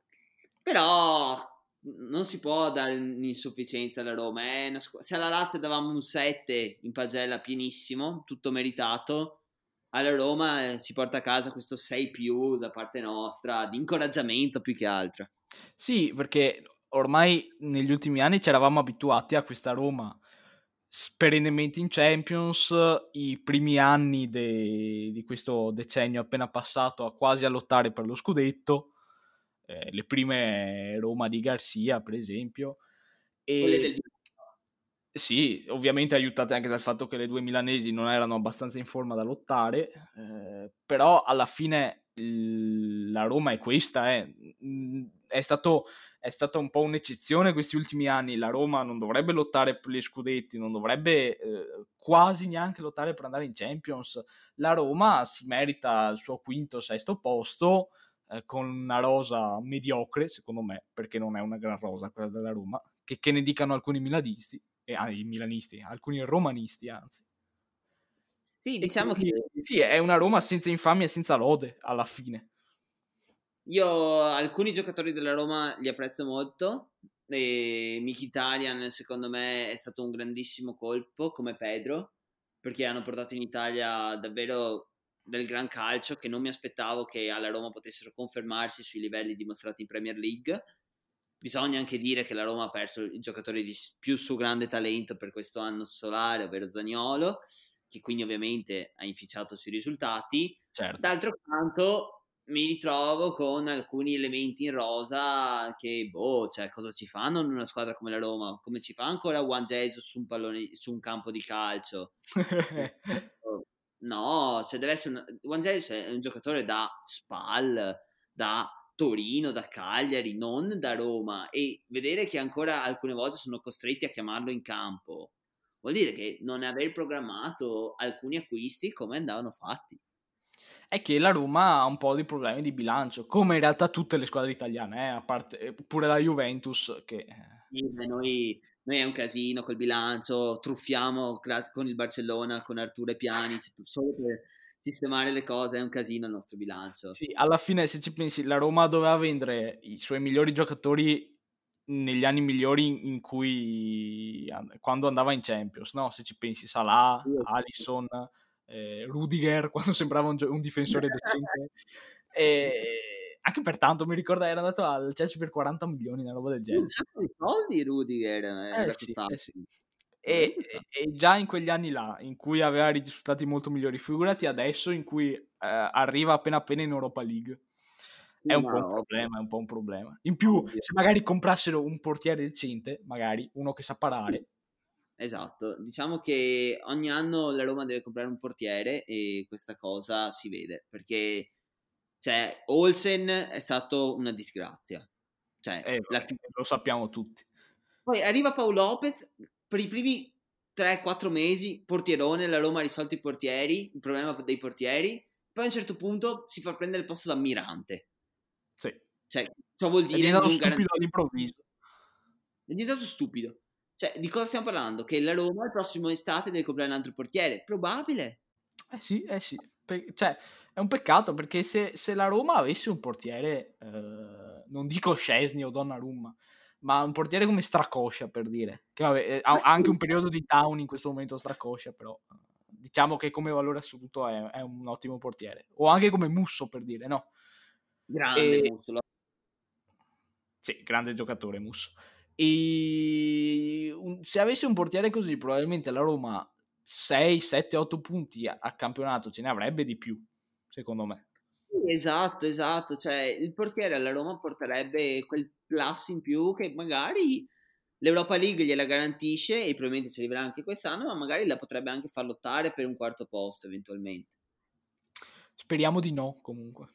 però non si può dare un'insufficienza alla Roma. È una squ- se alla Lazio davamo un sette in pagella pienissimo, tutto meritato, alla Roma eh, si porta a casa questo sei più da parte nostra, di incoraggiamento più che altro. Sì, perché ormai negli ultimi anni ci eravamo abituati a questa Roma s- perennemente in Champions, i primi anni de- di questo decennio appena passato a quasi a lottare per lo scudetto, eh, le prime Roma di Garcia per esempio, Quelle del e sì, ovviamente aiutate anche dal fatto che le due milanesi non erano abbastanza in forma da lottare, eh, però alla fine il- la Roma è questa, eh. Mm, è stato, è stata un po' un'eccezione questi ultimi anni, la Roma non dovrebbe lottare per gli scudetti, non dovrebbe eh, quasi neanche lottare per andare in Champions, la Roma si merita il suo quinto o sesto posto, eh, con una rosa mediocre, secondo me, perché non è una gran rosa quella della Roma, che, che ne dicano alcuni milanisti e ah, i milanisti, alcuni romanisti anzi. Sì, E diciamo che quindi sì, è una Roma senza infamia e senza lode alla fine. Io alcuni giocatori della Roma li apprezzo molto. E Mkhitaryan secondo me è stato un grandissimo colpo, come Pedro, perché hanno portato in Italia davvero del gran calcio che non mi aspettavo che alla Roma potessero confermarsi sui livelli dimostrati in Premier League. Bisogna anche dire che la Roma ha perso il giocatore di più suo grande talento per questo anno solare, ovvero Zaniolo, che quindi ovviamente ha inficiato sui risultati. Certo. D'altro canto mi ritrovo con alcuni elementi in rosa che, boh, cioè cosa ci fanno in una squadra come la Roma? Come ci fa ancora Juan Jesus su un, pallone, su un campo di calcio? No, cioè deve essere un... Juan Jesus è un giocatore da Spal, da Torino, da Cagliari, non da Roma, e vedere che ancora alcune volte sono costretti a chiamarlo in campo vuol dire che non aver programmato alcuni acquisti come andavano fatti. È che la Roma ha un po' di problemi di bilancio, come in realtà tutte le squadre italiane, eh, a parte pure la Juventus che... Sì, noi, noi è un casino col bilancio, truffiamo con il Barcellona, con Arturo e Piani, solo per sistemare le cose, è un casino il nostro bilancio. Sì, alla fine se ci pensi, la Roma doveva vendere i suoi migliori giocatori negli anni migliori in cui quando andava in Champions, no? Se ci pensi, Salah, Sì, Alisson, eh, Rudiger quando sembrava un, un difensore decente, e anche pertanto mi ricordo era andato al Chelsea per quaranta milioni, una roba del genere. Un sacco di soldi Rudiger era eh sì, eh sì. E, e già in quegli anni là in cui aveva risultati molto migliori, figurati adesso in cui eh, arriva appena appena in Europa League. È un po' un problema, è un po' un problema. In più, ovvio, se magari comprassero un portiere decente, magari uno che sa parare. Esatto, diciamo che ogni anno la Roma deve comprare un portiere e questa cosa si vede, perché cioè Olsen è stato una disgrazia. Cioè, eh, la più... lo sappiamo tutti. Poi arriva Paolo Lopez, per i primi tre quattro mesi, portierone, la Roma ha risolto i portieri, il problema dei portieri, poi a un certo punto si fa prendere il posto da Mirante. Sì. Cioè, ciò vuol dire... È diventato stupido garantire... all'improvviso. È diventato stupido. Cioè, di cosa stiamo parlando? Che la Roma il prossimo estate deve comprare un altro portiere? Probabile. Eh sì, eh sì. Pe- cioè, è un peccato perché se, se la Roma avesse un portiere, eh, non dico Szczesny o Donnarumma, ma un portiere come Stracoscia, per dire, che vabbè, ha sì, anche un periodo di down in questo momento Stracoscia, però diciamo che come valore assoluto è, è un ottimo portiere. O anche come Musso, per dire, no? Grande e... Musso. Sì, grande giocatore Musso. E un, se avesse un portiere così, probabilmente la Roma sei, sette, otto punti a, a campionato ce ne avrebbe di più, secondo me. Esatto, esatto, cioè il portiere alla Roma porterebbe quel plus in più che magari l'Europa League gliela garantisce e probabilmente ci arriverà anche quest'anno, ma magari la potrebbe anche far lottare per un quarto posto eventualmente. Speriamo di no, comunque.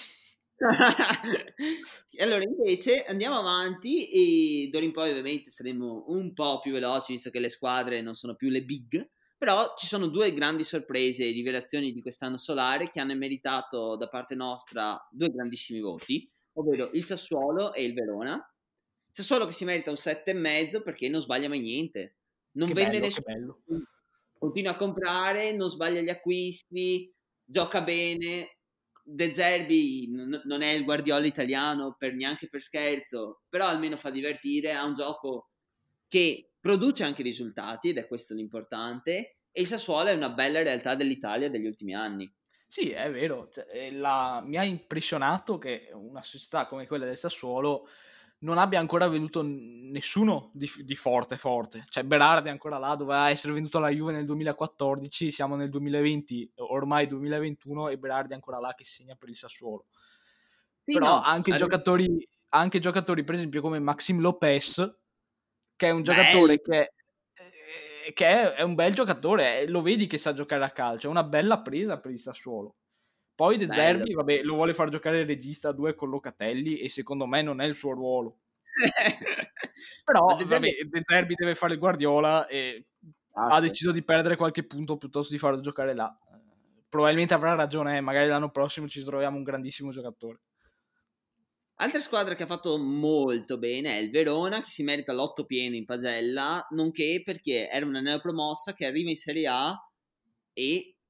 Allora invece andiamo avanti e d'ora in poi ovviamente saremo un po' più veloci visto che le squadre non sono più le big, però ci sono due grandi sorprese e rivelazioni di quest'anno solare che hanno meritato da parte nostra due grandissimi voti, ovvero il Sassuolo e il Verona. Sassuolo che si merita un sette e mezzo perché non sbaglia mai niente, non che vende bello, nessuno, che bello. Continua a comprare, non sbaglia gli acquisti, gioca bene. De Zerbi n- non è il Guardiola italiano per neanche per scherzo, però almeno fa divertire, ha un gioco che produce anche risultati ed è questo l'importante, e il Sassuolo è una bella realtà dell'Italia degli ultimi anni. Sì, è vero, cioè, la... mi ha impressionato che una società come quella del Sassuolo non abbia ancora venuto nessuno di, di forte forte, cioè Berardi è ancora là, doveva essere venuto alla Juve nel duemilaquattordici, siamo nel duemilaventi, ormai duemilaventuno e Berardi è ancora là che segna per il Sassuolo. Sì, però no, anche ad... giocatori anche giocatori per esempio come Maxim Lopez, che è un Bello. giocatore che, eh, che è, è un bel giocatore, eh, lo vedi che sa giocare a calcio, è una bella presa per il Sassuolo. Poi De Zerbi, vabbè, lo vuole far giocare il regista a due con Locatelli e secondo me non è il suo ruolo. Però De Zerbi... vabbè, De Zerbi deve fare il Guardiola e ah, ha deciso di perdere qualche punto piuttosto di farlo giocare là. Probabilmente avrà ragione, eh, magari l'anno prossimo ci troviamo un grandissimo giocatore. Altra squadra che ha fatto molto bene è il Verona, che si merita l'otto pieno in pagella, nonché perché era una neopromossa che arriva in Serie A e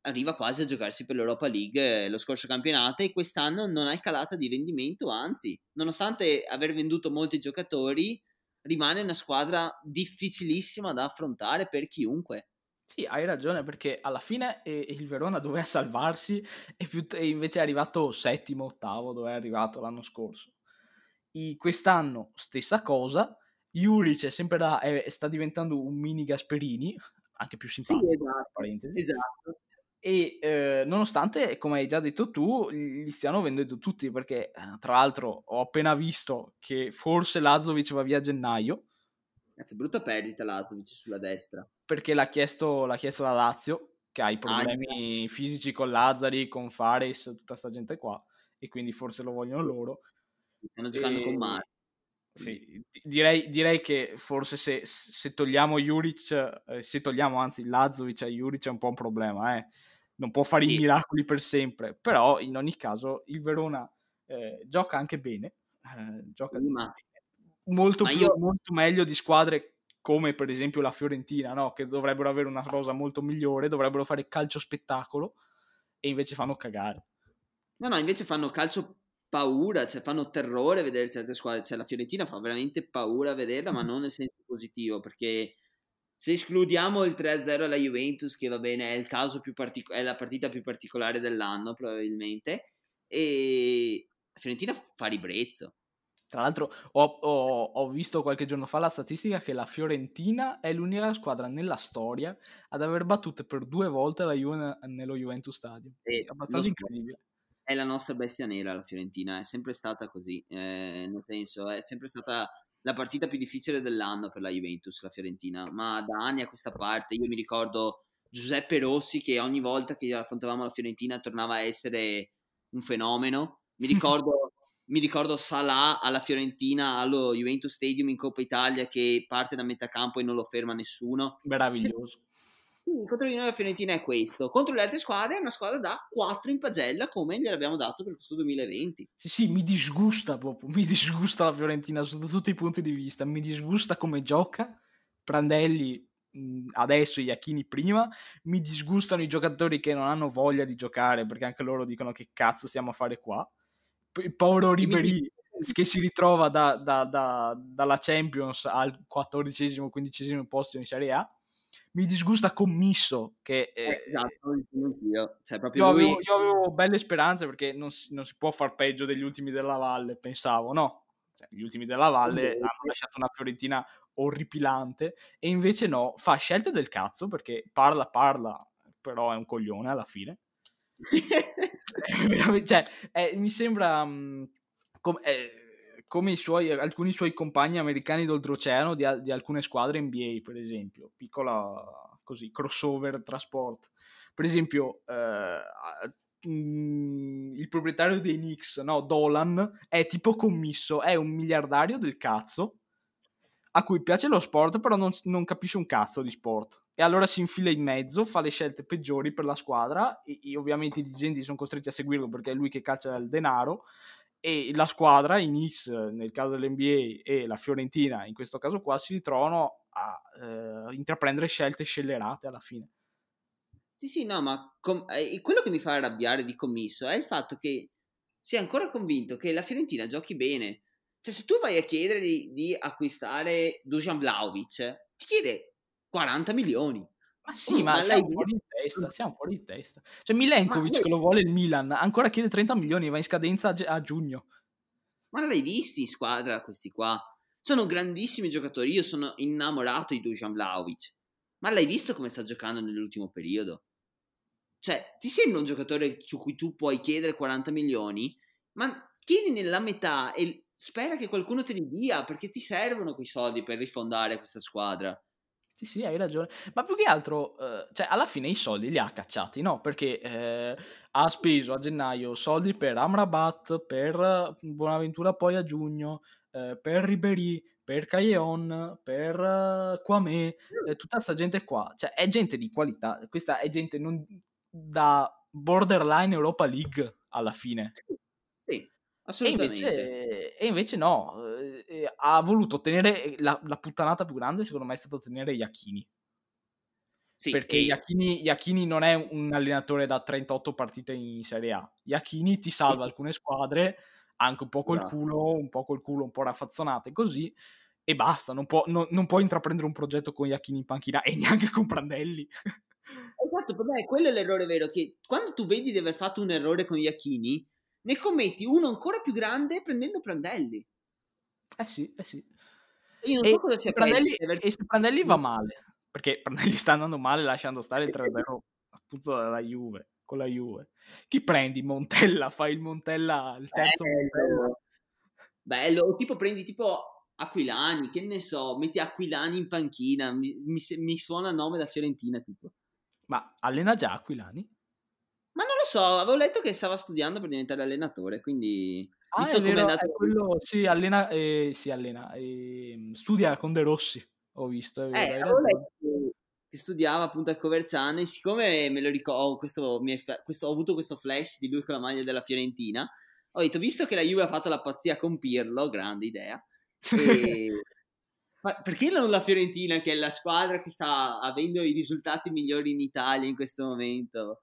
arriva quasi a giocarsi per l'Europa League lo scorso campionato, e quest'anno non è calata di rendimento, anzi, nonostante aver venduto molti giocatori, rimane una squadra difficilissima da affrontare per chiunque. Sì, hai ragione, perché alla fine eh, il Verona doveva salvarsi e, più e invece è arrivato settimo, ottavo, dove è arrivato l'anno scorso. I, quest'anno stessa cosa, Juric è sempre là, è, sta diventando un mini Gasperini, anche più Sì, simpatico, tra esatto, parentesi, esatto. e eh, nonostante, come hai già detto tu, li stiano vendendo tutti, perché eh, tra l'altro ho appena visto che forse Lazovic va via a gennaio, Cazzo, brutta perdita Lazovic sulla destra. perché l'ha chiesto, l'ha chiesto la Lazio, che ha i Ah, problemi fisici con Lazzari, con Fares, tutta sta gente qua, e quindi forse lo vogliono sì, loro. stanno giocando con E Marte. sì, direi, direi che forse se, se togliamo Juric, eh, se togliamo anzi Lazovic a Juric è un po' un problema, eh. Non può fare i Sì, miracoli per sempre, però in ogni caso il Verona eh, gioca anche bene, eh, gioca sì, ma, molto ma più, io molto meglio di squadre come per esempio la Fiorentina, no? Che dovrebbero avere una rosa molto migliore, dovrebbero fare calcio spettacolo e invece fanno cagare. no, no, invece fanno calcio paura, cioè fanno terrore vedere certe squadre, cioè la Fiorentina fa veramente paura a vederla, ma non nel senso positivo, perché se escludiamo il tre a zero alla Juventus, che va bene, è il caso più partico- è la partita più particolare dell'anno probabilmente, e la Fiorentina fa ribrezzo. Tra l'altro ho, ho, ho visto qualche giorno fa la statistica che la Fiorentina è l'unica squadra nella storia ad aver battuto per due volte la Juve nello Juventus Stadium. È E lo abbastanza so, incredibile. è la nostra bestia nera la Fiorentina, è sempre stata così, eh, nel senso è sempre stata la partita più difficile dell'anno per la Juventus, la Fiorentina, ma da anni a questa parte io mi ricordo Giuseppe Rossi che ogni volta che affrontavamo la Fiorentina tornava a essere un fenomeno, mi ricordo, mi ricordo Salah alla Fiorentina, allo Juventus Stadium in Coppa Italia che parte da metà campo e non lo ferma nessuno. Meraviglioso. Sì, contro di noi la Fiorentina è questo. Contro le altre squadre è una squadra da quattro in pagella, come gliel'abbiamo dato per questo duemilaventi. Sì, sì, mi disgusta proprio, mi disgusta la Fiorentina sotto tutti i punti di vista, mi disgusta come gioca, Prandelli mh, adesso, Iachini prima, mi disgustano i giocatori che non hanno voglia di giocare, perché anche loro dicono che cazzo stiamo a fare qua. Il povero E mi Ribéry che si ritrova da, da, da, dalla Champions al quattordicesimo, quindicesimo posto in Serie A. Mi disgusta Commisso che eh, eh, esatto, lo dico anch'io. Cioè, proprio io avevo, lui, io avevo belle speranze perché non si, non si può far peggio degli ultimi della Valle, pensavo, no? Cioè, gli ultimi della Valle hanno invece, lasciato una Fiorentina orripilante e invece no, fa scelte del cazzo perché parla, parla, però è un coglione alla fine. Cioè, eh, mi sembra mh, com- eh, come i suoi, alcuni suoi compagni americani d'oltreoceano di, al- di alcune squadre N B A, per esempio, piccola così, crossover tra sport. Per esempio, eh, mh, il proprietario dei Knicks, no, Dolan, è tipo commisso, è un miliardario del cazzo a cui piace lo sport, però non, non capisce un cazzo di sport. E allora si infila in mezzo, fa le scelte peggiori per la squadra, e, e ovviamente i dirigenti sono costretti a seguirlo perché è lui che caccia il denaro, e la squadra, i Knicks nel caso dell'N B A e la Fiorentina in questo caso qua, si ritrovano a eh, intraprendere scelte scellerate alla fine. sì, sì, no, ma com- eh, quello che mi fa arrabbiare di Commisso è il fatto che sia ancora convinto che la Fiorentina giochi bene. Cioè, se tu vai a chiedergli di acquistare Dusan Vlahovic, ti chiede quaranta milioni. Ma sì, Oh, ma ma l'hai siamo visto? fuori di testa, siamo fuori di testa. Cioè Ma Milenkovic l'hai che lo vuole il Milan, ancora chiede trenta milioni, va in scadenza a, ge- a giugno. Ma l'hai visti in squadra questi qua? Sono grandissimi giocatori, io sono innamorato di Dusan Vlahovic. Ma l'hai visto come sta giocando nell'ultimo periodo? Cioè, ti sembra un giocatore su cui tu puoi chiedere quaranta milioni? Ma chiedi nella metà e spera che qualcuno te li dia, perché ti servono quei soldi per rifondare questa squadra. Sì, sì, hai ragione. Ma più che altro, eh, cioè, alla fine i soldi li ha cacciati, no? Perché eh, ha speso a gennaio soldi per Amrabat, per Bonaventura poi a giugno, eh, per Ribéry, per Callejon, per eh, Kwame, eh, tutta sta gente qua. Cioè, è gente di qualità. Questa è gente non, da borderline Europa League alla fine. Sì, E assolutamente. invece, e invece no, eh, eh, ha voluto tenere la, la puttanata più grande, secondo me, è stato tenere Iachini. Sì, perché e... Iachini, Iachini non è un allenatore da trentotto partite in Serie A. Iachini ti salva alcune squadre, anche un po' col Esatto. culo, un po' col culo, un po' raffazzonate, così, e basta. Non può, non, non può intraprendere un progetto con Iachini in panchina e neanche con Prandelli. Esatto, per me quello è l'errore vero, che quando tu vedi di aver fatto un errore con Iachini, ne commetti uno ancora più grande prendendo Prandelli. Eh sì, eh sì. E io non so E cosa se sia peggio. Prandelli, se aver- e se Prandelli va male, perché Prandelli sta andando male lasciando stare il tre a zero appunto dalla Juve, con la Juve. Chi prendi? Montella, fai il Montella, il terzo Montella. Bello, bello. O tipo prendi tipo Aquilani, che ne so, metti Aquilani in panchina, mi, mi, se- mi suona il nome da Fiorentina tipo. Ma allena già Aquilani? Ma non lo so, avevo letto che stava studiando per diventare allenatore, quindi Ah, è visto come è vero, è andato... quello, sì, allena, eh, sì, allena, eh, studia con De Rossi, ho visto, è Eh, vero, hai avevo ragione. letto che che studiava appunto a Coverciano e siccome me lo ricordo, questo, mi è fa- questo- ho avuto questo flash di lui con la maglia della Fiorentina, ho detto, visto che la Juve ha fatto la pazzia con Pirlo, grande idea, e... ma perché non la Fiorentina, che è la squadra che sta avendo i risultati migliori in Italia in questo momento?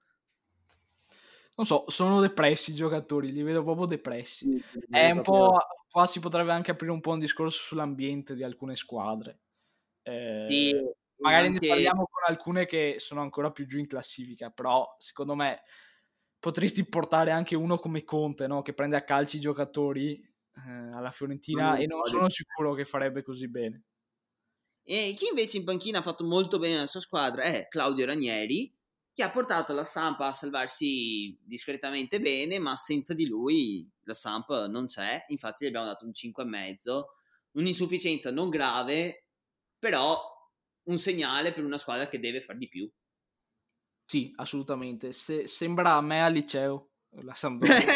Non so, sono depressi i giocatori, li vedo proprio depressi. Sì, sì, È vedo un proprio... po', qua si potrebbe anche aprire un po' un discorso sull'ambiente di alcune squadre. Sì, Eh, magari ne anche... parliamo con alcune che sono ancora più giù in classifica, però secondo me potresti portare anche uno come Conte, no? Che prende a calci i giocatori eh, alla Fiorentina e non sono sicuro che farebbe così bene. E chi invece in panchina ha fatto molto bene la sua squadra è Claudio Ranieri, che ha portato la Samp a salvarsi discretamente bene, ma senza di lui la Samp non c'è, infatti gli abbiamo dato un cinque e mezzo, un'insufficienza non grave, però un segnale per una squadra che deve far di più. Sì, assolutamente. Se, sembra a me al liceo, la Sampdoria.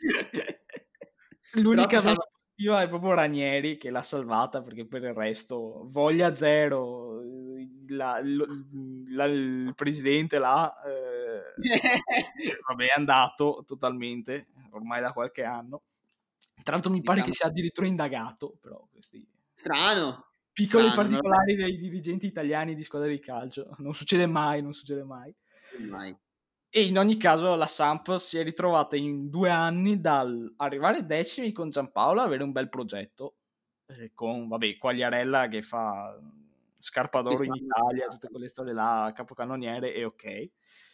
Però ti L'unica nota salva... positiva è proprio Ranieri che l'ha salvata perché per il resto voglia zero. La- lo- la- il presidente là, eh, vabbè, è andato totalmente ormai da qualche anno. Tra l'altro mi pare che diciamo, sia addirittura indagato, però questi strano, piccoli strano, non particolari dei dirigenti italiani di squadre di calcio. Non succede mai, non succede mai. è mai. E in ogni caso la Samp si è ritrovata in due anni dal arrivare decimi con Giampaolo a avere un bel progetto, eh, con vabbè, Quagliarella che fa scarpa d'oro in Italia, tutte quelle storie là, capocannoniere e ok, e,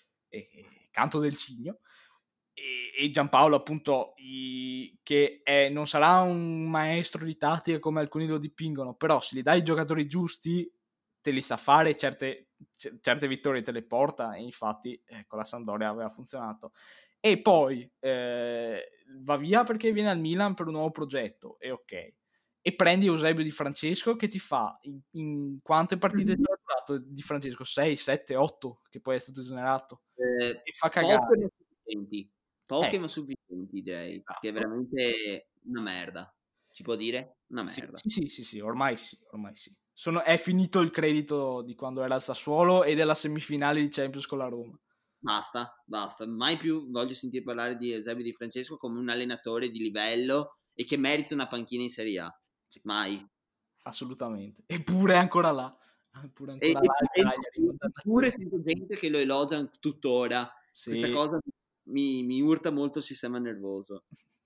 e canto del cigno. E, e Giampaolo appunto i, che è, non sarà un maestro di tattica come alcuni lo dipingono, però se gli dai i giocatori giusti te li sa fare, certe, c- certe vittorie te le porta e infatti eh, con la Sampdoria aveva funzionato. E poi eh, va via perché viene al Milan per un nuovo progetto e ok. E prendi Eusebio Di Francesco che ti fa in, in quante partite ti ha durato Di Francesco? sei, sette, otto che poi è stato esonerato Eh, e fa poche cagare. ma sufficienti, poche ma Ecco, sufficienti direi, perché è esatto. veramente una merda, si può dire? Una Sì, merda. sì, sì, sì, sì, ormai sì, ormai sì. Sono, è finito il credito di quando era al Sassuolo e della semifinale di Champions con la Roma. Basta, basta, mai più voglio sentire parlare di Eusebio Di Francesco come un allenatore di livello e che merita una panchina in Serie A, Sì, mai. assolutamente. Eppure è ancora là. Eppure E, ancora e- là il e- Cagliari con eppure dannazione. sento gente che lo elogia tuttora, questa Sì, cosa mi, mi urta molto il sistema nervoso.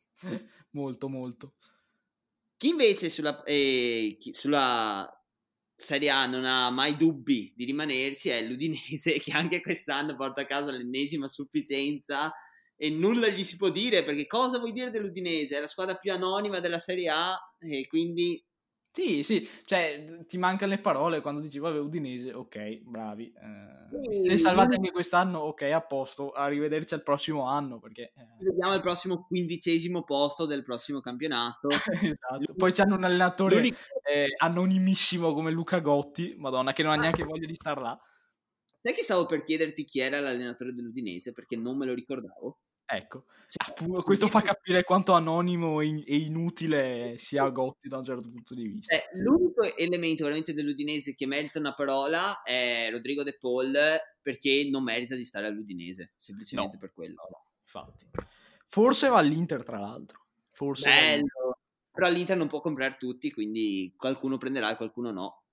molto, molto. Chi invece sulla, eh, chi- sulla Serie A non ha mai dubbi di rimanerci è l'Udinese, che anche quest'anno porta a casa l'ennesima sufficienza e nulla gli si può dire, perché cosa vuoi dire dell'Udinese? È la squadra più anonima della Serie A e quindi... Sì, sì, cioè d- ti mancano le parole quando dici vabbè Udinese, ok, bravi, eh, vi siete sì, salvati l'unico anche quest'anno, ok, a posto, arrivederci al prossimo anno perché... che eh, vediamo al prossimo quindicesimo posto del prossimo campionato. esatto. Poi c'hanno un allenatore L'unico... eh, anonimissimo come Luca Gotti, madonna, che non ha Ah, neanche voglia di star là. sai che stavo per chiederti chi era l'allenatore dell'Udinese perché non me lo ricordavo? Ecco, Cioè, appunto, questo fa l'unico capire quanto anonimo e, in- e inutile sia Gotti da un certo punto di vista. cioè, l'unico elemento veramente dell'Udinese che merita una parola è Rodrigo De Paul perché non merita di stare all'Udinese, No, semplicemente per quello. no, no, infatti. Forse va all'Inter, tra l'altro. Forse va all'Inter. Bello! Però l'Inter non può comprare tutti, quindi qualcuno prenderà e qualcuno no.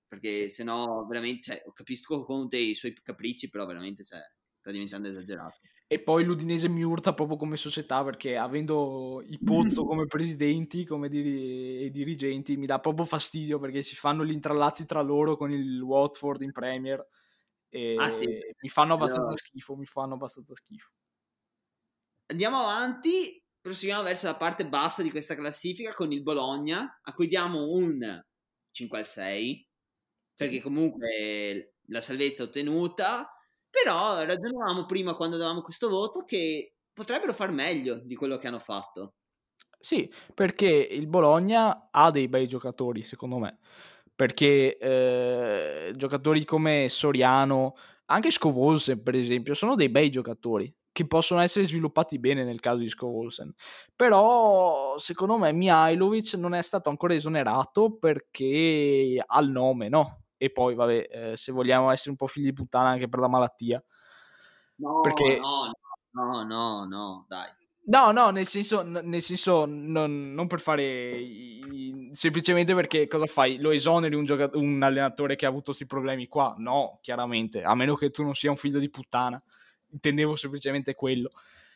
perché se no veramente, cioè, capisco Conte e i suoi capricci, però veramente, cioè, sta diventando esagerato. E poi l'Udinese mi urta proprio come società, perché avendo i Pozzo come presidenti, come diri- e dirigenti, mi dà proprio fastidio, perché si fanno gli intrallazzi tra loro con il Watford in Premier Ah sì, e mi fanno abbastanza allora, schifo, mi fanno abbastanza schifo. andiamo avanti, proseguiamo verso la parte bassa di questa classifica con il Bologna, a cui diamo un cinque al sei, perché Sì. comunque la salvezza è ottenuta, però ragionavamo prima quando davamo questo voto che potrebbero far meglio di quello che hanno fatto. Sì, perché il Bologna ha dei bei giocatori, secondo me. Perché eh, giocatori come Soriano, anche Scovolsen, per esempio, sono dei bei giocatori che possono essere sviluppati bene nel caso di Scovolsen. Però, secondo me, Mihailovic non è stato ancora esonerato perché ha il nome, no? E poi, vabbè, eh, se vogliamo essere un po' figli di puttana anche per la malattia. No, Perché no, no, no, no, dai. No, no, nel senso, n- nel senso non, non per fare i- i- semplicemente perché cosa fai? Lo esoneri un, gioca- un allenatore che ha avuto questi problemi qua? No, chiaramente, a meno che tu non sia un figlio di puttana. Intendevo semplicemente quello.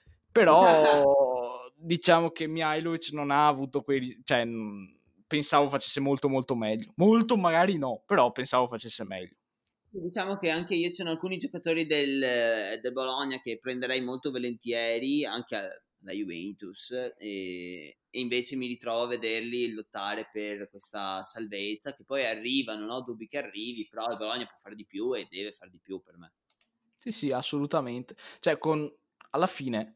Però diciamo che Mihailovic non ha avuto quei, cioè mh, pensavo facesse molto molto meglio. Molto magari no, però pensavo facesse meglio. Diciamo che anche io ci sono alcuni giocatori del, del Bologna che prenderei molto volentieri, anche alla Juventus, e, e invece mi ritrovo a vederli lottare per questa salvezza, che poi arrivano, no? Dubbi che arrivi, però il Bologna può fare di più e deve fare di più per me. Sì, sì, assolutamente. Cioè, con alla fine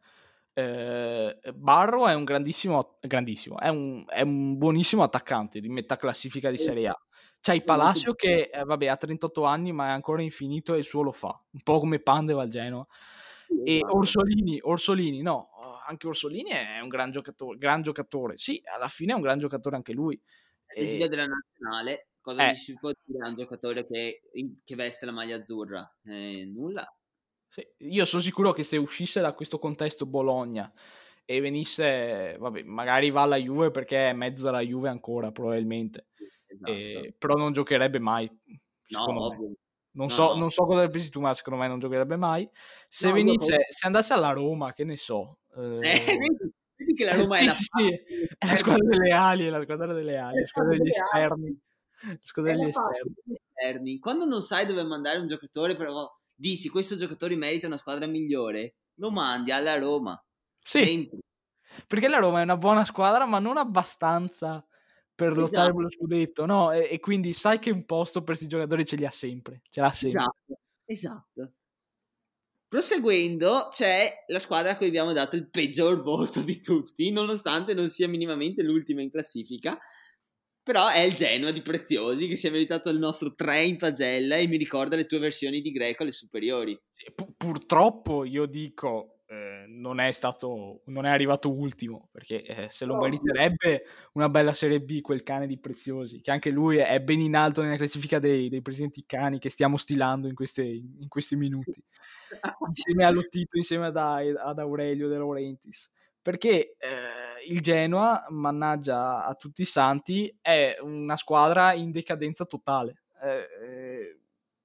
eh, Barro è un grandissimo, grandissimo, è un, è un buonissimo attaccante di metà classifica di Serie A. C'hai È molto Palacio che, eh, vabbè, ha trentotto anni, ma è ancora infinito e il suo lo fa, un po' come Pandev al Genoa. sì, E esatto. Orsolini, Orsolini, no, anche Orsolini è un gran giocatore, gran giocatore. Sì, alla fine è un gran giocatore anche lui. È il figlio E, della nazionale, cosa gli eh, si può dire a un giocatore che, che veste la maglia azzurra? Eh, nulla. Sì, io sono sicuro che se uscisse da questo contesto Bologna e venisse, vabbè, magari va alla Juve perché è mezzo della Juve ancora, probabilmente, Esatto. e, però non giocherebbe mai, No, secondo me. ovvio. Non No, so, no. non so cosa ne pensi tu, ma secondo me non giocherebbe mai. Se No, io ho paura. venisse, se andasse alla Roma, che ne so. Eh, Eh, vedi, vedi che la Roma è sì, la sì, parte sì, degli è la esterni, squadra delle ali, è la squadra delle è ali, la la squadra parte degli delle esterni, ali, la squadra è degli la parte esterni. degli esterni. Quando non sai dove mandare un giocatore, però dici questo giocatore merita una squadra migliore, lo mandi alla Roma. Sì, Sempre. perché la Roma è una buona squadra, ma non abbastanza per lottare per Esatto, lo scudetto, no? E, e quindi sai che un posto per questi giocatori ce li ha sempre, ce l'ha sempre. esatto, esatto. Proseguendo, c'è la squadra a cui abbiamo dato il peggior voto di tutti, nonostante non sia minimamente l'ultima in classifica. Però è il Genoa di Preziosi che si è meritato il nostro tre in pagella e mi ricorda le tue versioni di greco alle superiori. Pu- purtroppo io dico, eh, non è stato, non è arrivato ultimo, perché eh, se lo Ovvio. meriterebbe una bella Serie B, quel cane di Preziosi, che anche lui è ben in alto nella classifica dei, dei presidenti cani che stiamo stilando in, queste, in questi minuti, insieme allo Tito, insieme ad, ad Aurelio De Laurentiis. Perché eh, il Genoa, mannaggia a tutti i santi, è una squadra in decadenza totale. Eh, eh,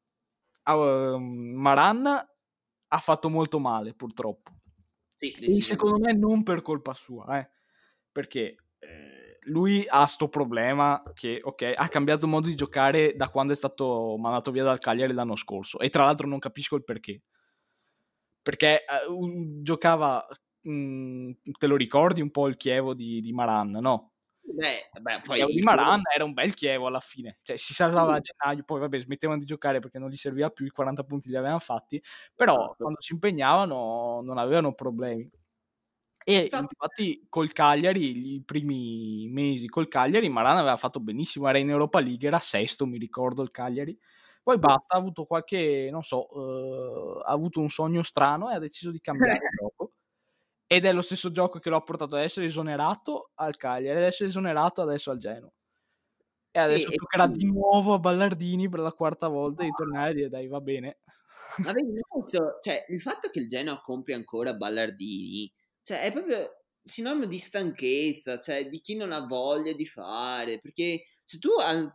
uh, Maran ha fatto molto male, purtroppo. Sì, E secondo decisamente. me non per colpa sua, eh, perché eh, lui ha sto problema che, ok, ha cambiato modo di giocare da quando è stato mandato via dal Cagliari l'anno scorso, e tra l'altro non capisco il perché. Perché eh, uh, giocava, mh, te lo ricordi un po' il Chievo di, di Maran, no? Beh, beh, Il Chievo poi di il Chievo. Maran era un bel Chievo alla fine, cioè si salvava a gennaio, poi vabbè smettevano di giocare perché non gli serviva più, i quaranta punti li avevano fatti, però Esatto. quando si impegnavano non avevano problemi. E Esatto. infatti col Cagliari, i primi mesi col Cagliari, Maran aveva fatto benissimo, era in Europa League, era sesto, mi ricordo, il Cagliari. Poi basta, ha avuto qualche, non so, uh, ha avuto un sogno strano e ha deciso di cambiare gioco. Ed è lo stesso gioco che lo ha portato ad essere esonerato al Cagliari, ad essere esonerato adesso al Genoa. E Sì, adesso e toccherà poi- di nuovo a Ballardini per la quarta volta di no, tornare e dire dai va bene. ma vedi, nel senso, cioè, il fatto che il Genoa compri ancora Ballardini, cioè, è proprio sinonimo di stanchezza, cioè, di chi non ha voglia di fare, perché se tu al-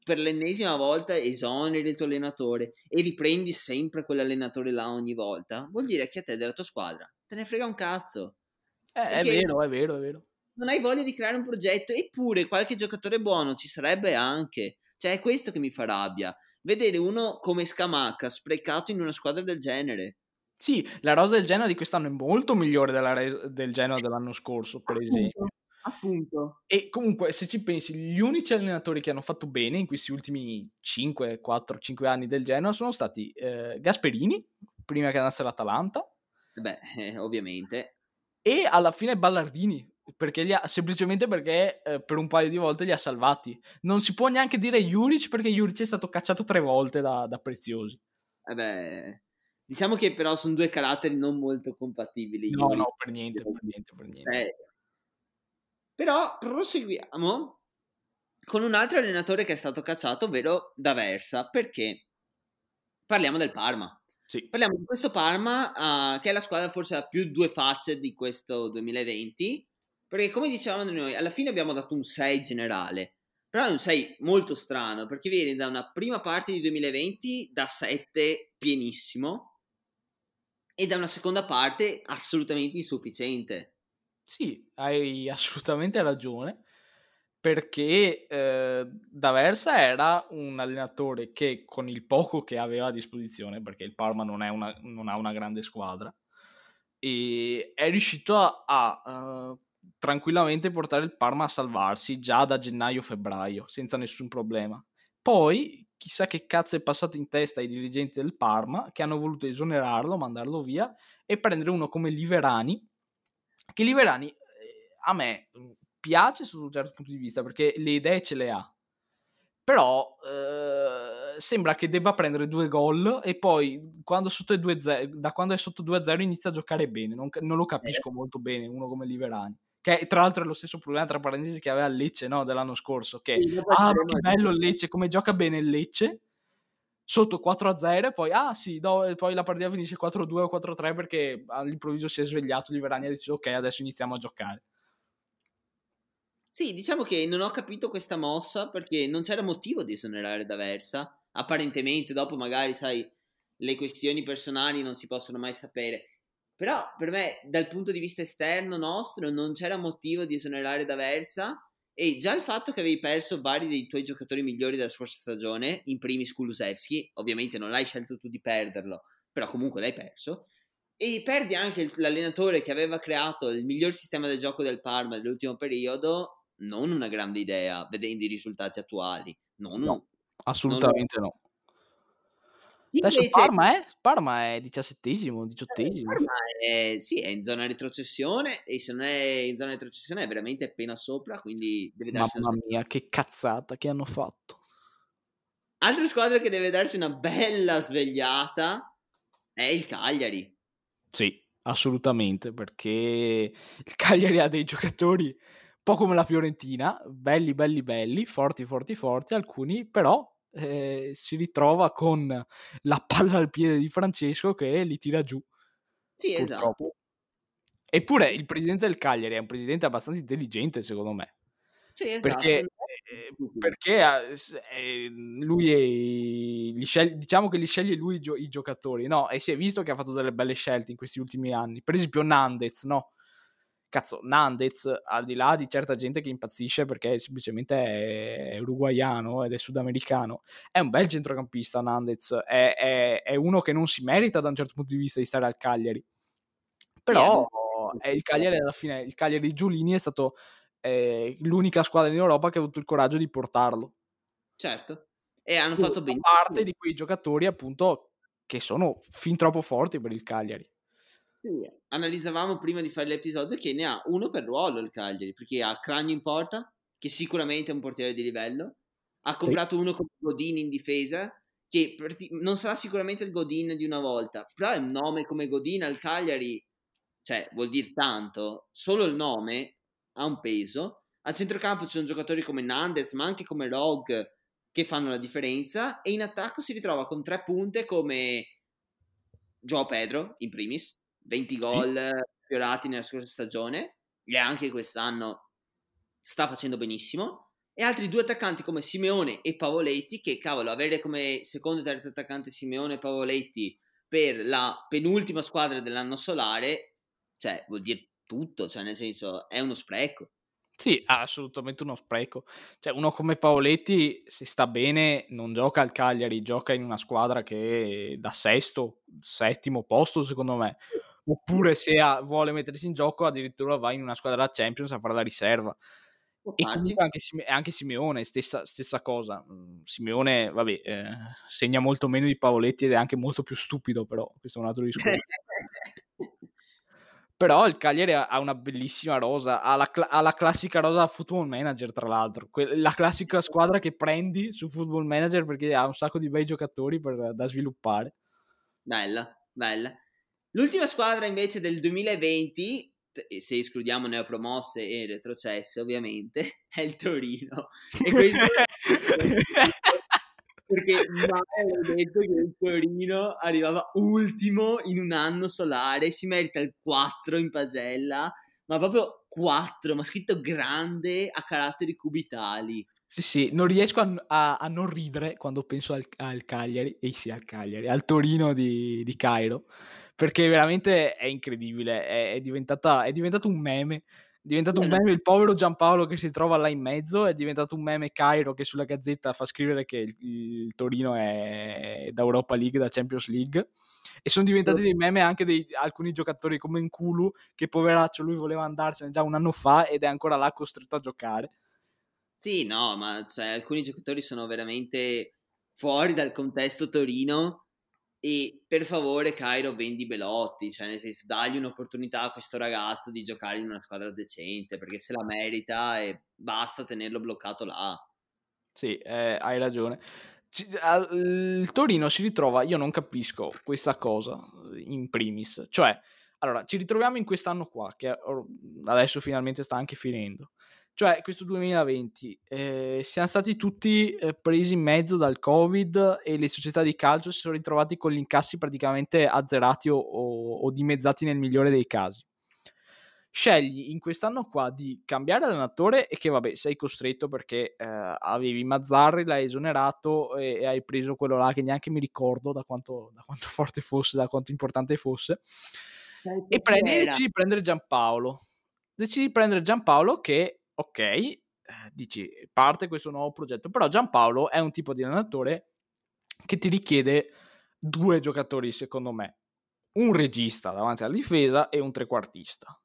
per l'ennesima volta esoneri il tuo allenatore e riprendi sempre quell'allenatore là ogni volta, vuol dire che a te della tua squadra te ne frega un cazzo. Eh, è Perché vero, è vero, è vero. non hai voglia di creare un progetto, eppure qualche giocatore buono ci sarebbe anche. Cioè è questo che mi fa rabbia, vedere uno come Scamacca sprecato in una squadra del genere. Sì, la rosa del Genoa di quest'anno è molto migliore della res del Genoa dell'anno scorso, per Appunto, esempio. appunto. E comunque, se ci pensi, gli unici allenatori che hanno fatto bene in questi ultimi cinque, quattro, cinque anni del Genoa sono stati eh, Gasperini, prima che andasse all'Atalanta, Beh, eh, ovviamente. e alla fine Ballardini, perché li ha, semplicemente perché eh, per un paio di volte li ha salvati. Non si può neanche dire Juric, perché Juric è stato cacciato tre volte da, da Preziosi. Vabbè, diciamo che però sono due caratteri non molto compatibili. No, Juric. no, per niente, per niente, per niente. Eh, però proseguiamo con un altro allenatore che è stato cacciato, ovvero D'Aversa, perché parliamo del Parma. Sì. Parliamo di questo Parma, uh, che è la squadra forse a più due facce di questo duemilaventi, perché come dicevamo noi, alla fine abbiamo dato un sei generale, però è un sei molto strano, perché viene da una prima parte di duemilaventi da sette pienissimo, e da una seconda parte assolutamente insufficiente. Sì, hai assolutamente ragione, perché eh, D'Aversa era un allenatore che con il poco che aveva a disposizione, perché il Parma non, è una, non ha una grande squadra, e è riuscito a, a uh, tranquillamente portare il Parma a salvarsi già da gennaio-febbraio, senza nessun problema. Poi, chissà che cazzo è passato in testa ai dirigenti del Parma, che hanno voluto esonerarlo, mandarlo via, e prendere uno come Liverani, che Liverani eh, a me piace sotto un certo punto di vista, perché le idee ce le ha, però eh, sembra che debba prendere due gol e poi quando sotto è due zero, da quando è sotto due a zero inizia a giocare bene, non, non lo capisco molto bene uno come Liverani, che tra l'altro è lo stesso problema, tra parentesi, che aveva il Lecce, no, dell'anno scorso, che Sì, ah ma che bello il Lecce, come gioca bene il Lecce, sotto quattro a zero e poi ah sì, no, poi la partita finisce quattro a due o quattro a tre perché all'improvviso si è svegliato Liverani e ha deciso ok, adesso iniziamo a giocare. Sì, diciamo che non ho capito questa mossa perché non c'era motivo di esonerare D'Aversa. Apparentemente, dopo magari, sai, le questioni personali non si possono mai sapere. Però per me, dal punto di vista esterno nostro, non c'era motivo di esonerare D'Aversa. E già il fatto che avevi perso vari dei tuoi giocatori migliori della scorsa stagione, in primis Kulusevski, ovviamente non l'hai scelto tu di perderlo, però comunque l'hai perso. E perdi anche l'allenatore che aveva creato il miglior sistema del gioco del Parma nell'ultimo periodo. Non una grande idea, vedendo i risultati attuali. Non un, No, non lo assolutamente no. Adesso Invece, Parma è, Parma è diciassettesimo, il diciottesimo. Parma è, sì, è in zona retrocessione e se non è in zona retrocessione è veramente appena sopra, quindi deve darsi una Mamma svegliata. mia, che cazzata che hanno fatto. Altra squadra che deve darsi una bella svegliata è il Cagliari. Sì, assolutamente, perché il Cagliari ha dei giocatori un po' come la Fiorentina, belli, belli, belli, forti, forti, forti, alcuni però eh, si ritrova con la palla al piede di Francesco che li tira giù, Sì, purtroppo. esatto. Eppure il presidente del Cagliari è un presidente abbastanza intelligente, secondo me. Sì, esatto. Perché, eh, perché ha, s- eh, lui è, li sceglie, diciamo che li sceglie lui i, gio- i giocatori, no? E si è visto che ha fatto delle belle scelte in questi ultimi anni. Per esempio Nandez, no? Cazzo, Nandez, al di là di certa gente che impazzisce perché semplicemente è, è uruguaiano ed è sudamericano, è un bel centrocampista Nandez, è, è, è uno che non si merita da un certo punto di vista di stare al Cagliari. Sì, è Però molto... è il Cagliari alla fine, il Cagliari di Giulini è stato eh, l'unica squadra in Europa che ha avuto il coraggio di portarlo. Certo. E hanno E fatto fa parte benissimo. di quei giocatori appunto che sono fin troppo forti per il Cagliari. Sì, analizzavamo prima di fare l'episodio che ne ha uno per ruolo il Cagliari, perché ha Cragno in porta, che sicuramente è un portiere di livello, ha Sì. comprato uno come Godin in difesa, che non sarà sicuramente il Godin di una volta, però è un nome come Godin al Cagliari, cioè vuol dire tanto, solo il nome ha un peso. Al centrocampo ci sono giocatori come Nandez, ma anche come Rogue, che fanno la differenza, e in attacco si ritrova con tre punte come Joao Pedro, in primis, venti Sì. gol fiorati nella scorsa stagione e anche quest'anno sta facendo benissimo. e altri due attaccanti come Simeone e Pavoletti, che cavolo, avere come secondo e terzo attaccante Simeone e Pavoletti per la penultima squadra dell'anno solare, cioè vuol dire tutto, cioè nel senso è uno spreco. Sì, assolutamente uno spreco. Cioè, uno come Pavoletti, se sta bene, non gioca al Cagliari, gioca in una squadra che è da sesto, settimo posto, secondo me. Oppure se ha, vuole mettersi in gioco, addirittura va in una squadra da Champions a fare la riserva. Può E farci. comunque anche, Sime- anche Simeone, stessa, stessa cosa. Mm, Simeone, vabbè, eh, segna molto meno di Pavoletti ed è anche molto più stupido, però questo è un altro discorso. Però il Cagliari ha una bellissima rosa, ha la, cla- ha la classica rosa da Football Manager, tra l'altro, que- la classica squadra che prendi su Football Manager perché ha un sacco di bei giocatori per- da sviluppare. Bella, bella. L'ultima squadra invece del duemilaventi, se escludiamo neopromosse e retrocesse ovviamente, è il Torino. E questo perché mai avevo detto che il Torino arrivava ultimo in un anno solare, si merita il quattro in pagella, ma proprio quattro, ma scritto grande a caratteri cubitali. Sì, sì, non riesco a, a- a non ridere quando penso al, al Cagliari, e sì, al Cagliari, al Torino di, di Cairo, perché veramente è incredibile, è, è diventata, è diventato un meme, è diventato un Beh, no, meme il povero Giampaolo che si trova là in mezzo, è diventato un meme Cairo che sulla Gazzetta fa scrivere che il, il Torino è da Europa League, da Champions League, e sono diventati dei meme anche dei, alcuni giocatori come Nkulu, che poveraccio lui voleva andarsene già un anno fa ed è ancora là costretto a giocare. sì, no, ma cioè, alcuni giocatori sono veramente fuori dal contesto Torino e per favore Cairo vendi Belotti, cioè nel senso dagli un'opportunità a questo ragazzo di giocare in una squadra decente perché se la merita e basta tenerlo bloccato là. Sì, eh, hai ragione. Ci- al- il Torino si ritrova, io non capisco questa cosa in primis, cioè, allora, ci ritroviamo in quest'anno qua, che or- adesso finalmente sta anche finendo, cioè questo duemilaventi, eh, siamo stati tutti eh, presi in mezzo dal Covid e le società di calcio si sono ritrovati con gli incassi praticamente azzerati o, o- o dimezzati nel migliore dei casi. Scegli in quest'anno qua di cambiare allenatore e che vabbè sei costretto perché eh, avevi Mazzarri, l'hai esonerato e, e hai preso quello là che neanche mi ricordo da quanto, da quanto forte fosse, da quanto importante fosse, e Certo, chi prendi, era? decidi di prendere Giampaolo, decidi di prendere Giampaolo che ok, eh, dici parte questo nuovo progetto, però Giampaolo è un tipo di allenatore che ti richiede due giocatori secondo me, un regista davanti alla difesa e un trequartista.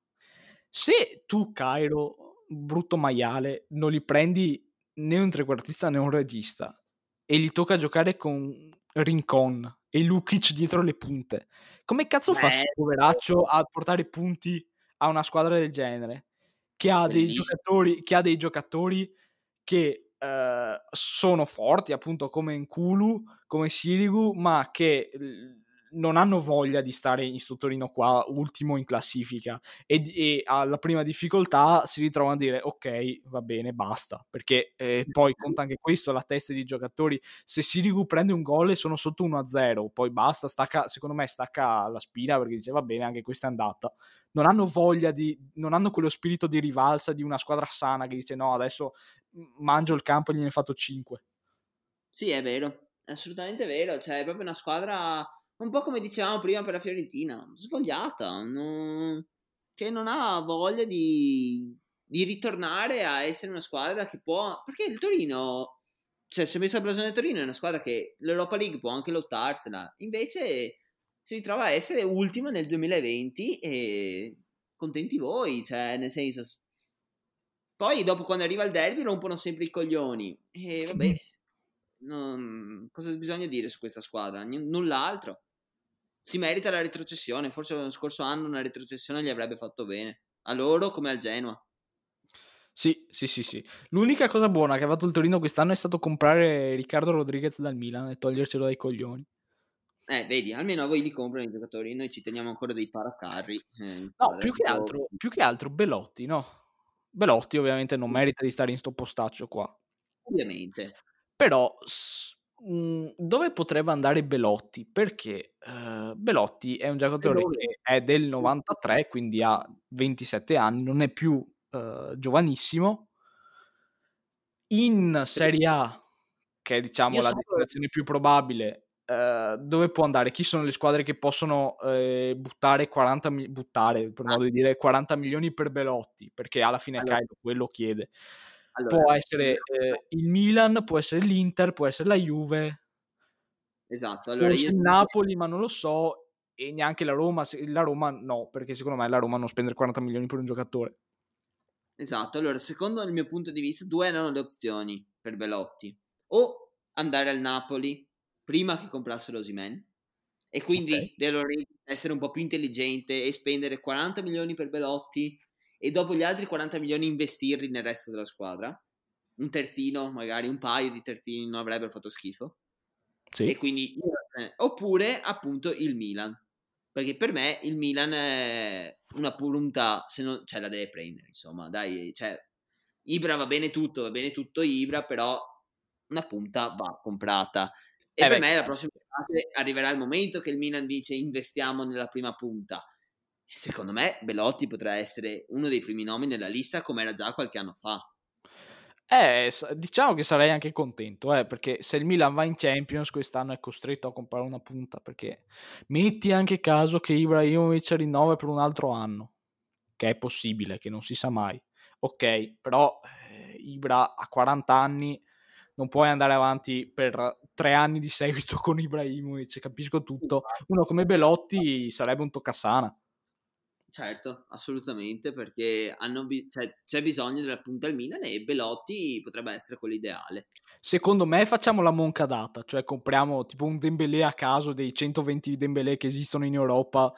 Se tu, Cairo, brutto maiale, non li prendi né un trequartista né un regista e gli tocca giocare con Rincon e Lukic dietro le punte, come cazzo fa sto poveraccio Bello, a portare punti a una squadra del genere? Che ha dei bellissimo. giocatori, che ha dei giocatori che eh, sono forti, appunto come Nkulu, come Sirigu, ma che l- non hanno voglia di stare in sto Torino qua, ultimo in classifica, e, e alla prima difficoltà si ritrovano a dire ok, va bene, basta, perché eh, poi conta anche questo, la testa dei giocatori, se Sirigu prende un gol e sono sotto uno a zero, poi basta, stacca, secondo me stacca la spina perché dice va bene, anche questa è andata. Non hanno voglia di, non hanno quello spirito di rivalsa di una squadra sana che dice no, adesso mangio il campo e gliene fatto cinque. Sì, è vero, è assolutamente vero, cioè è proprio una squadra un po' come dicevamo prima per la Fiorentina, svogliata, non- che non ha voglia di, di ritornare a essere una squadra che può, perché il Torino, cioè se messo al blasone del Torino è una squadra che l'Europa League può anche lottarsela, invece si ritrova a essere ultima nel duemilaventi e contenti voi, cioè nel senso, poi dopo quando arriva il derby rompono sempre i coglioni e vabbè. Non- cosa bisogna dire su questa squadra? N- null'altro. Si merita la retrocessione. Forse lo scorso anno una retrocessione gli avrebbe fatto bene. A loro come al Genoa. Sì, sì, sì, sì. L'unica cosa buona che ha fatto il Torino quest'anno è stato comprare Riccardo Rodriguez dal Milan e togliercelo dai coglioni. Eh, vedi, almeno a voi li comprano i giocatori. Noi ci teniamo ancora dei paracarri eh, in No, squadra. più che Tipo, altro, più che altro Belotti, no? Belotti ovviamente non merita di stare in sto postaccio qua. ovviamente. Però s- mh, dove potrebbe andare Belotti? Perché eh, Belotti è un E giocatore dove? che è del novantatré, quindi ha ventisette anni, non è più eh, giovanissimo, In Serie A, che è diciamo Io la sono destinazione più probabile, eh, dove può andare? Chi sono le squadre che possono eh, buttare quaranta mi- buttare, per ah, modo di dire, quaranta milioni per Belotti? Perché alla fine allora, Caio quello chiede. Può allora essere eh, il Milan, può essere l'Inter, può essere la Juve, esatto, allora forse io il ti dico Napoli, ma non lo so, e neanche la Roma. Se- La Roma no, perché secondo me la Roma non spendere quaranta milioni per un giocatore. esatto, allora secondo il mio punto di vista due erano le opzioni per Belotti. O andare al Napoli prima che comprassero Osimhen e Ok. quindi De Laurentiis essere un po' più intelligente e spendere quaranta milioni per Belotti e dopo gli altri quaranta milioni investirli nel resto della squadra. Un terzino, magari un paio di terzini non avrebbero fatto schifo. E Sì. quindi eh, oppure appunto il Milan. Perché per me il Milan è una punta, se non, cioè la deve prendere, insomma, dai, cioè Ibra va bene tutto, va bene tutto Ibra, però una punta va comprata. E Eh per beh, me la chiaro. prossima fase arriverà il momento che il Milan dice investiamo nella prima punta. E secondo me Belotti potrà essere uno dei primi nomi nella lista come era già qualche anno fa. Eh, s- diciamo che sarei anche contento, eh, perché se il Milan va in Champions quest'anno è costretto a comprare una punta, perché metti anche caso che Ibrahimovic rinnova per un altro anno, che è possibile, che non si sa mai. Ok, però eh, Ibra a quaranta anni non puoi andare avanti per tre anni di seguito con Ibrahimovic, capisco tutto. Uno come Belotti sarebbe un toccasana. Certo, assolutamente, perché hanno bi- cioè, c'è bisogno della punta al Milan e Belotti potrebbe essere quello ideale. Secondo me facciamo la moncadata, cioè compriamo tipo un Dembélé a caso dei centoventi Dembélé che esistono in Europa,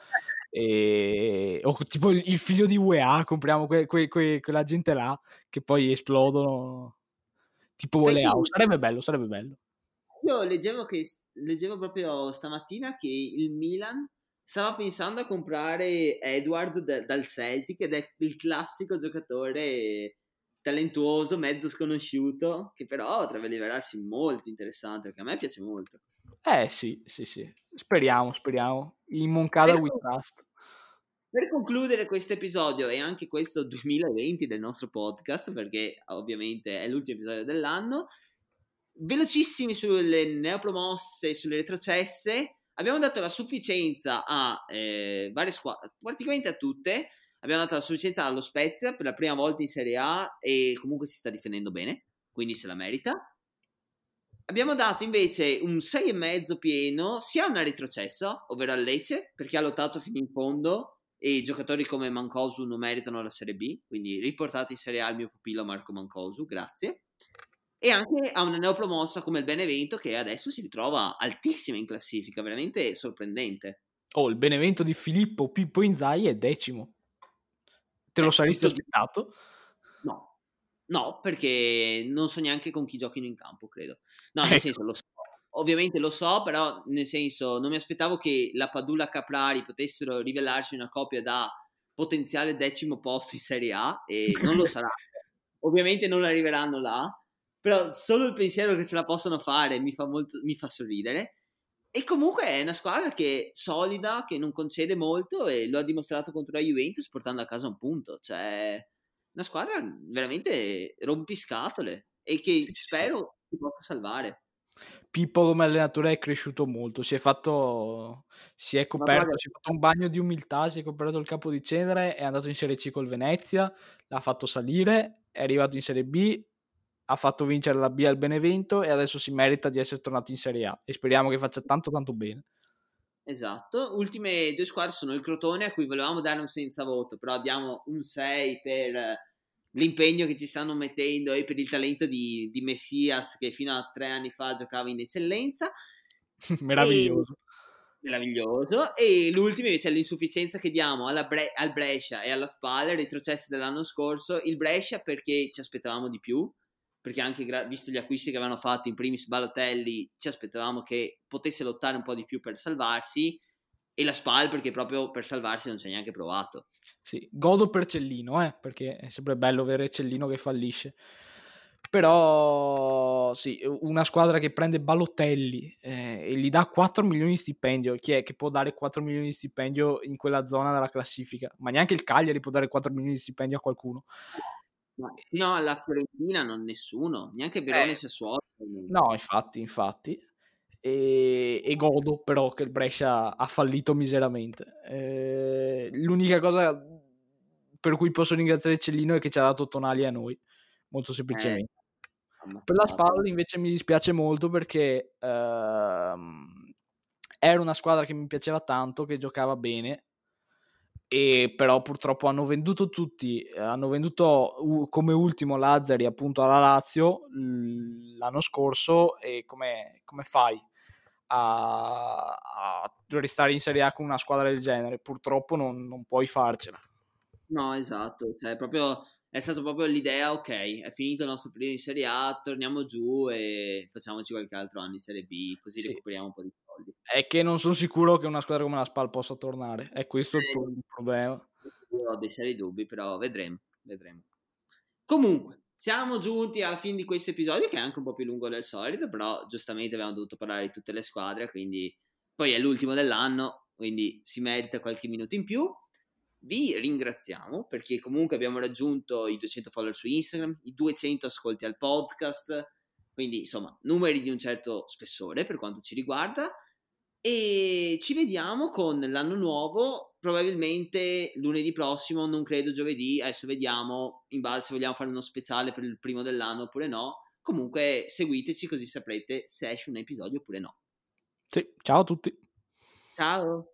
e... o tipo il, il figlio di U E A, compriamo que, que, que, quella gente là che poi esplodono, tipo Sai che Leao, sarebbe bello, sarebbe bello. io leggevo, che, leggevo proprio stamattina che il Milan stava pensando a comprare Edward da- dal Celtic ed è il classico giocatore talentuoso, mezzo sconosciuto, che però potrebbe rivelarsi molto interessante, perché a me piace molto. Eh sì, sì, sì, speriamo, speriamo, in Moncada Per, we trust. per concludere questo episodio e anche questo duemilaventi del nostro podcast, perché ovviamente è l'ultimo episodio dell'anno, velocissimi sulle neopromosse e sulle retrocesse, abbiamo dato la sufficienza a eh, varie squadre, praticamente a tutte. Abbiamo dato la sufficienza allo Spezia per la prima volta in Serie A e comunque si sta difendendo bene, quindi se la merita. Abbiamo dato invece un sei e mezzo pieno sia a una retrocessa, ovvero al Lecce, perché ha lottato fino in fondo e giocatori come Mancosu non meritano la Serie B, quindi riportate in Serie A il mio pupillo Marco Mancosu, grazie. E anche a una neopromossa come il Benevento che adesso si ritrova altissima in classifica, veramente sorprendente. Oh, il Benevento di Filippo Pippo Inzaghi è decimo. Te lo Cioè, saresti tutto lì? aspettato? No, no, perché non so neanche con chi giochino in campo, credo. No, nel Ecco. senso, lo so. Ovviamente lo so, però nel senso non mi aspettavo che la Padula Caprari potessero rivelarsi una coppia da potenziale decimo posto in Serie A e non lo sarà. Ovviamente non arriveranno là, però solo il pensiero che ce la possano fare mi fa, molto, mi fa sorridere. E comunque è una squadra che è solida, che non concede molto e lo ha dimostrato contro la Juventus portando a casa un punto. Cioè, una squadra veramente rompiscatole e Sì, che sì, sì. spero si possa salvare. Pippo come allenatore è cresciuto molto, si è fatto, si è Ma coperto, guarda, si è fatto un bagno di umiltà, si è coperto il capo di cenere, è andato in Serie C col Venezia, l'ha fatto salire, è arrivato in Serie B, ha fatto vincere la B al Benevento e adesso si merita di essere tornato in Serie A e speriamo che faccia tanto tanto bene. esatto. Ultime due squadre sono il Crotone, a cui volevamo dare un senza voto, però diamo un sei per l'impegno che ci stanno mettendo e per il talento di, di Messias, che fino a tre anni fa giocava in eccellenza. E Meraviglioso. meraviglioso. E l'ultimo invece è l'insufficienza che diamo alla Bre- al Brescia e alla Spal, retrocesse dell'anno scorso. Il Brescia perché ci aspettavamo di più, perché anche gra- visto gli acquisti che avevano fatto, in primis Balotelli, ci aspettavamo che potesse lottare un po' di più per salvarsi. E la Spal perché proprio per salvarsi non ci ha neanche provato. Sì, godo per Cellino, eh, perché è sempre bello vedere Cellino che fallisce. Però sì, una squadra che prende Balotelli eh, e gli dà quattro milioni di stipendio. Chi è che può dare quattro milioni di stipendio in quella zona della classifica? Ma neanche il Cagliari può dare quattro milioni di stipendio a qualcuno. Ma fino alla Fiorentina non nessuno, neanche Verona e Eh, Sassuolo. no, infatti, infatti. E, e godo però che il Brescia ha fallito miseramente. Eh, l'unica cosa per cui posso ringraziare Cellino è che ci ha dato Tonali a noi, molto Eh, semplicemente. Per la ammazzato. Spal invece mi dispiace molto perché ehm, era una squadra che mi piaceva tanto, che giocava bene, e però purtroppo hanno venduto tutti, hanno venduto uh, come ultimo Lazzari appunto alla Lazio l- l'anno scorso, e come, come fai a, a restare in Serie A con una squadra del genere? Purtroppo non, non puoi farcela. No, esatto, cioè proprio è stata proprio l'idea, ok, è finito il nostro periodo in Serie A, torniamo giù e facciamoci qualche altro anno in Serie B, così Sì. recuperiamo un po' di soldi. È che non sono sicuro che una squadra come la Spal possa tornare, è questo il, Eh, pro- il problema. io ho dei seri dubbi, però vedremo, vedremo. Comunque, siamo giunti alla fine di questo episodio, che è anche un po' più lungo del solito, però giustamente abbiamo dovuto parlare di tutte le squadre, quindi poi è l'ultimo dell'anno, quindi si merita qualche minuto in più. Vi ringraziamo perché comunque abbiamo raggiunto i duecento follower su Instagram, i duecento ascolti al podcast, quindi insomma numeri di un certo spessore per quanto ci riguarda, e ci vediamo con l'anno nuovo, probabilmente lunedì prossimo, non credo giovedì, adesso vediamo in base se vogliamo fare uno speciale per il primo dell'anno oppure no. Comunque seguiteci così saprete se esce un episodio oppure no. Sì, ciao a tutti. Ciao!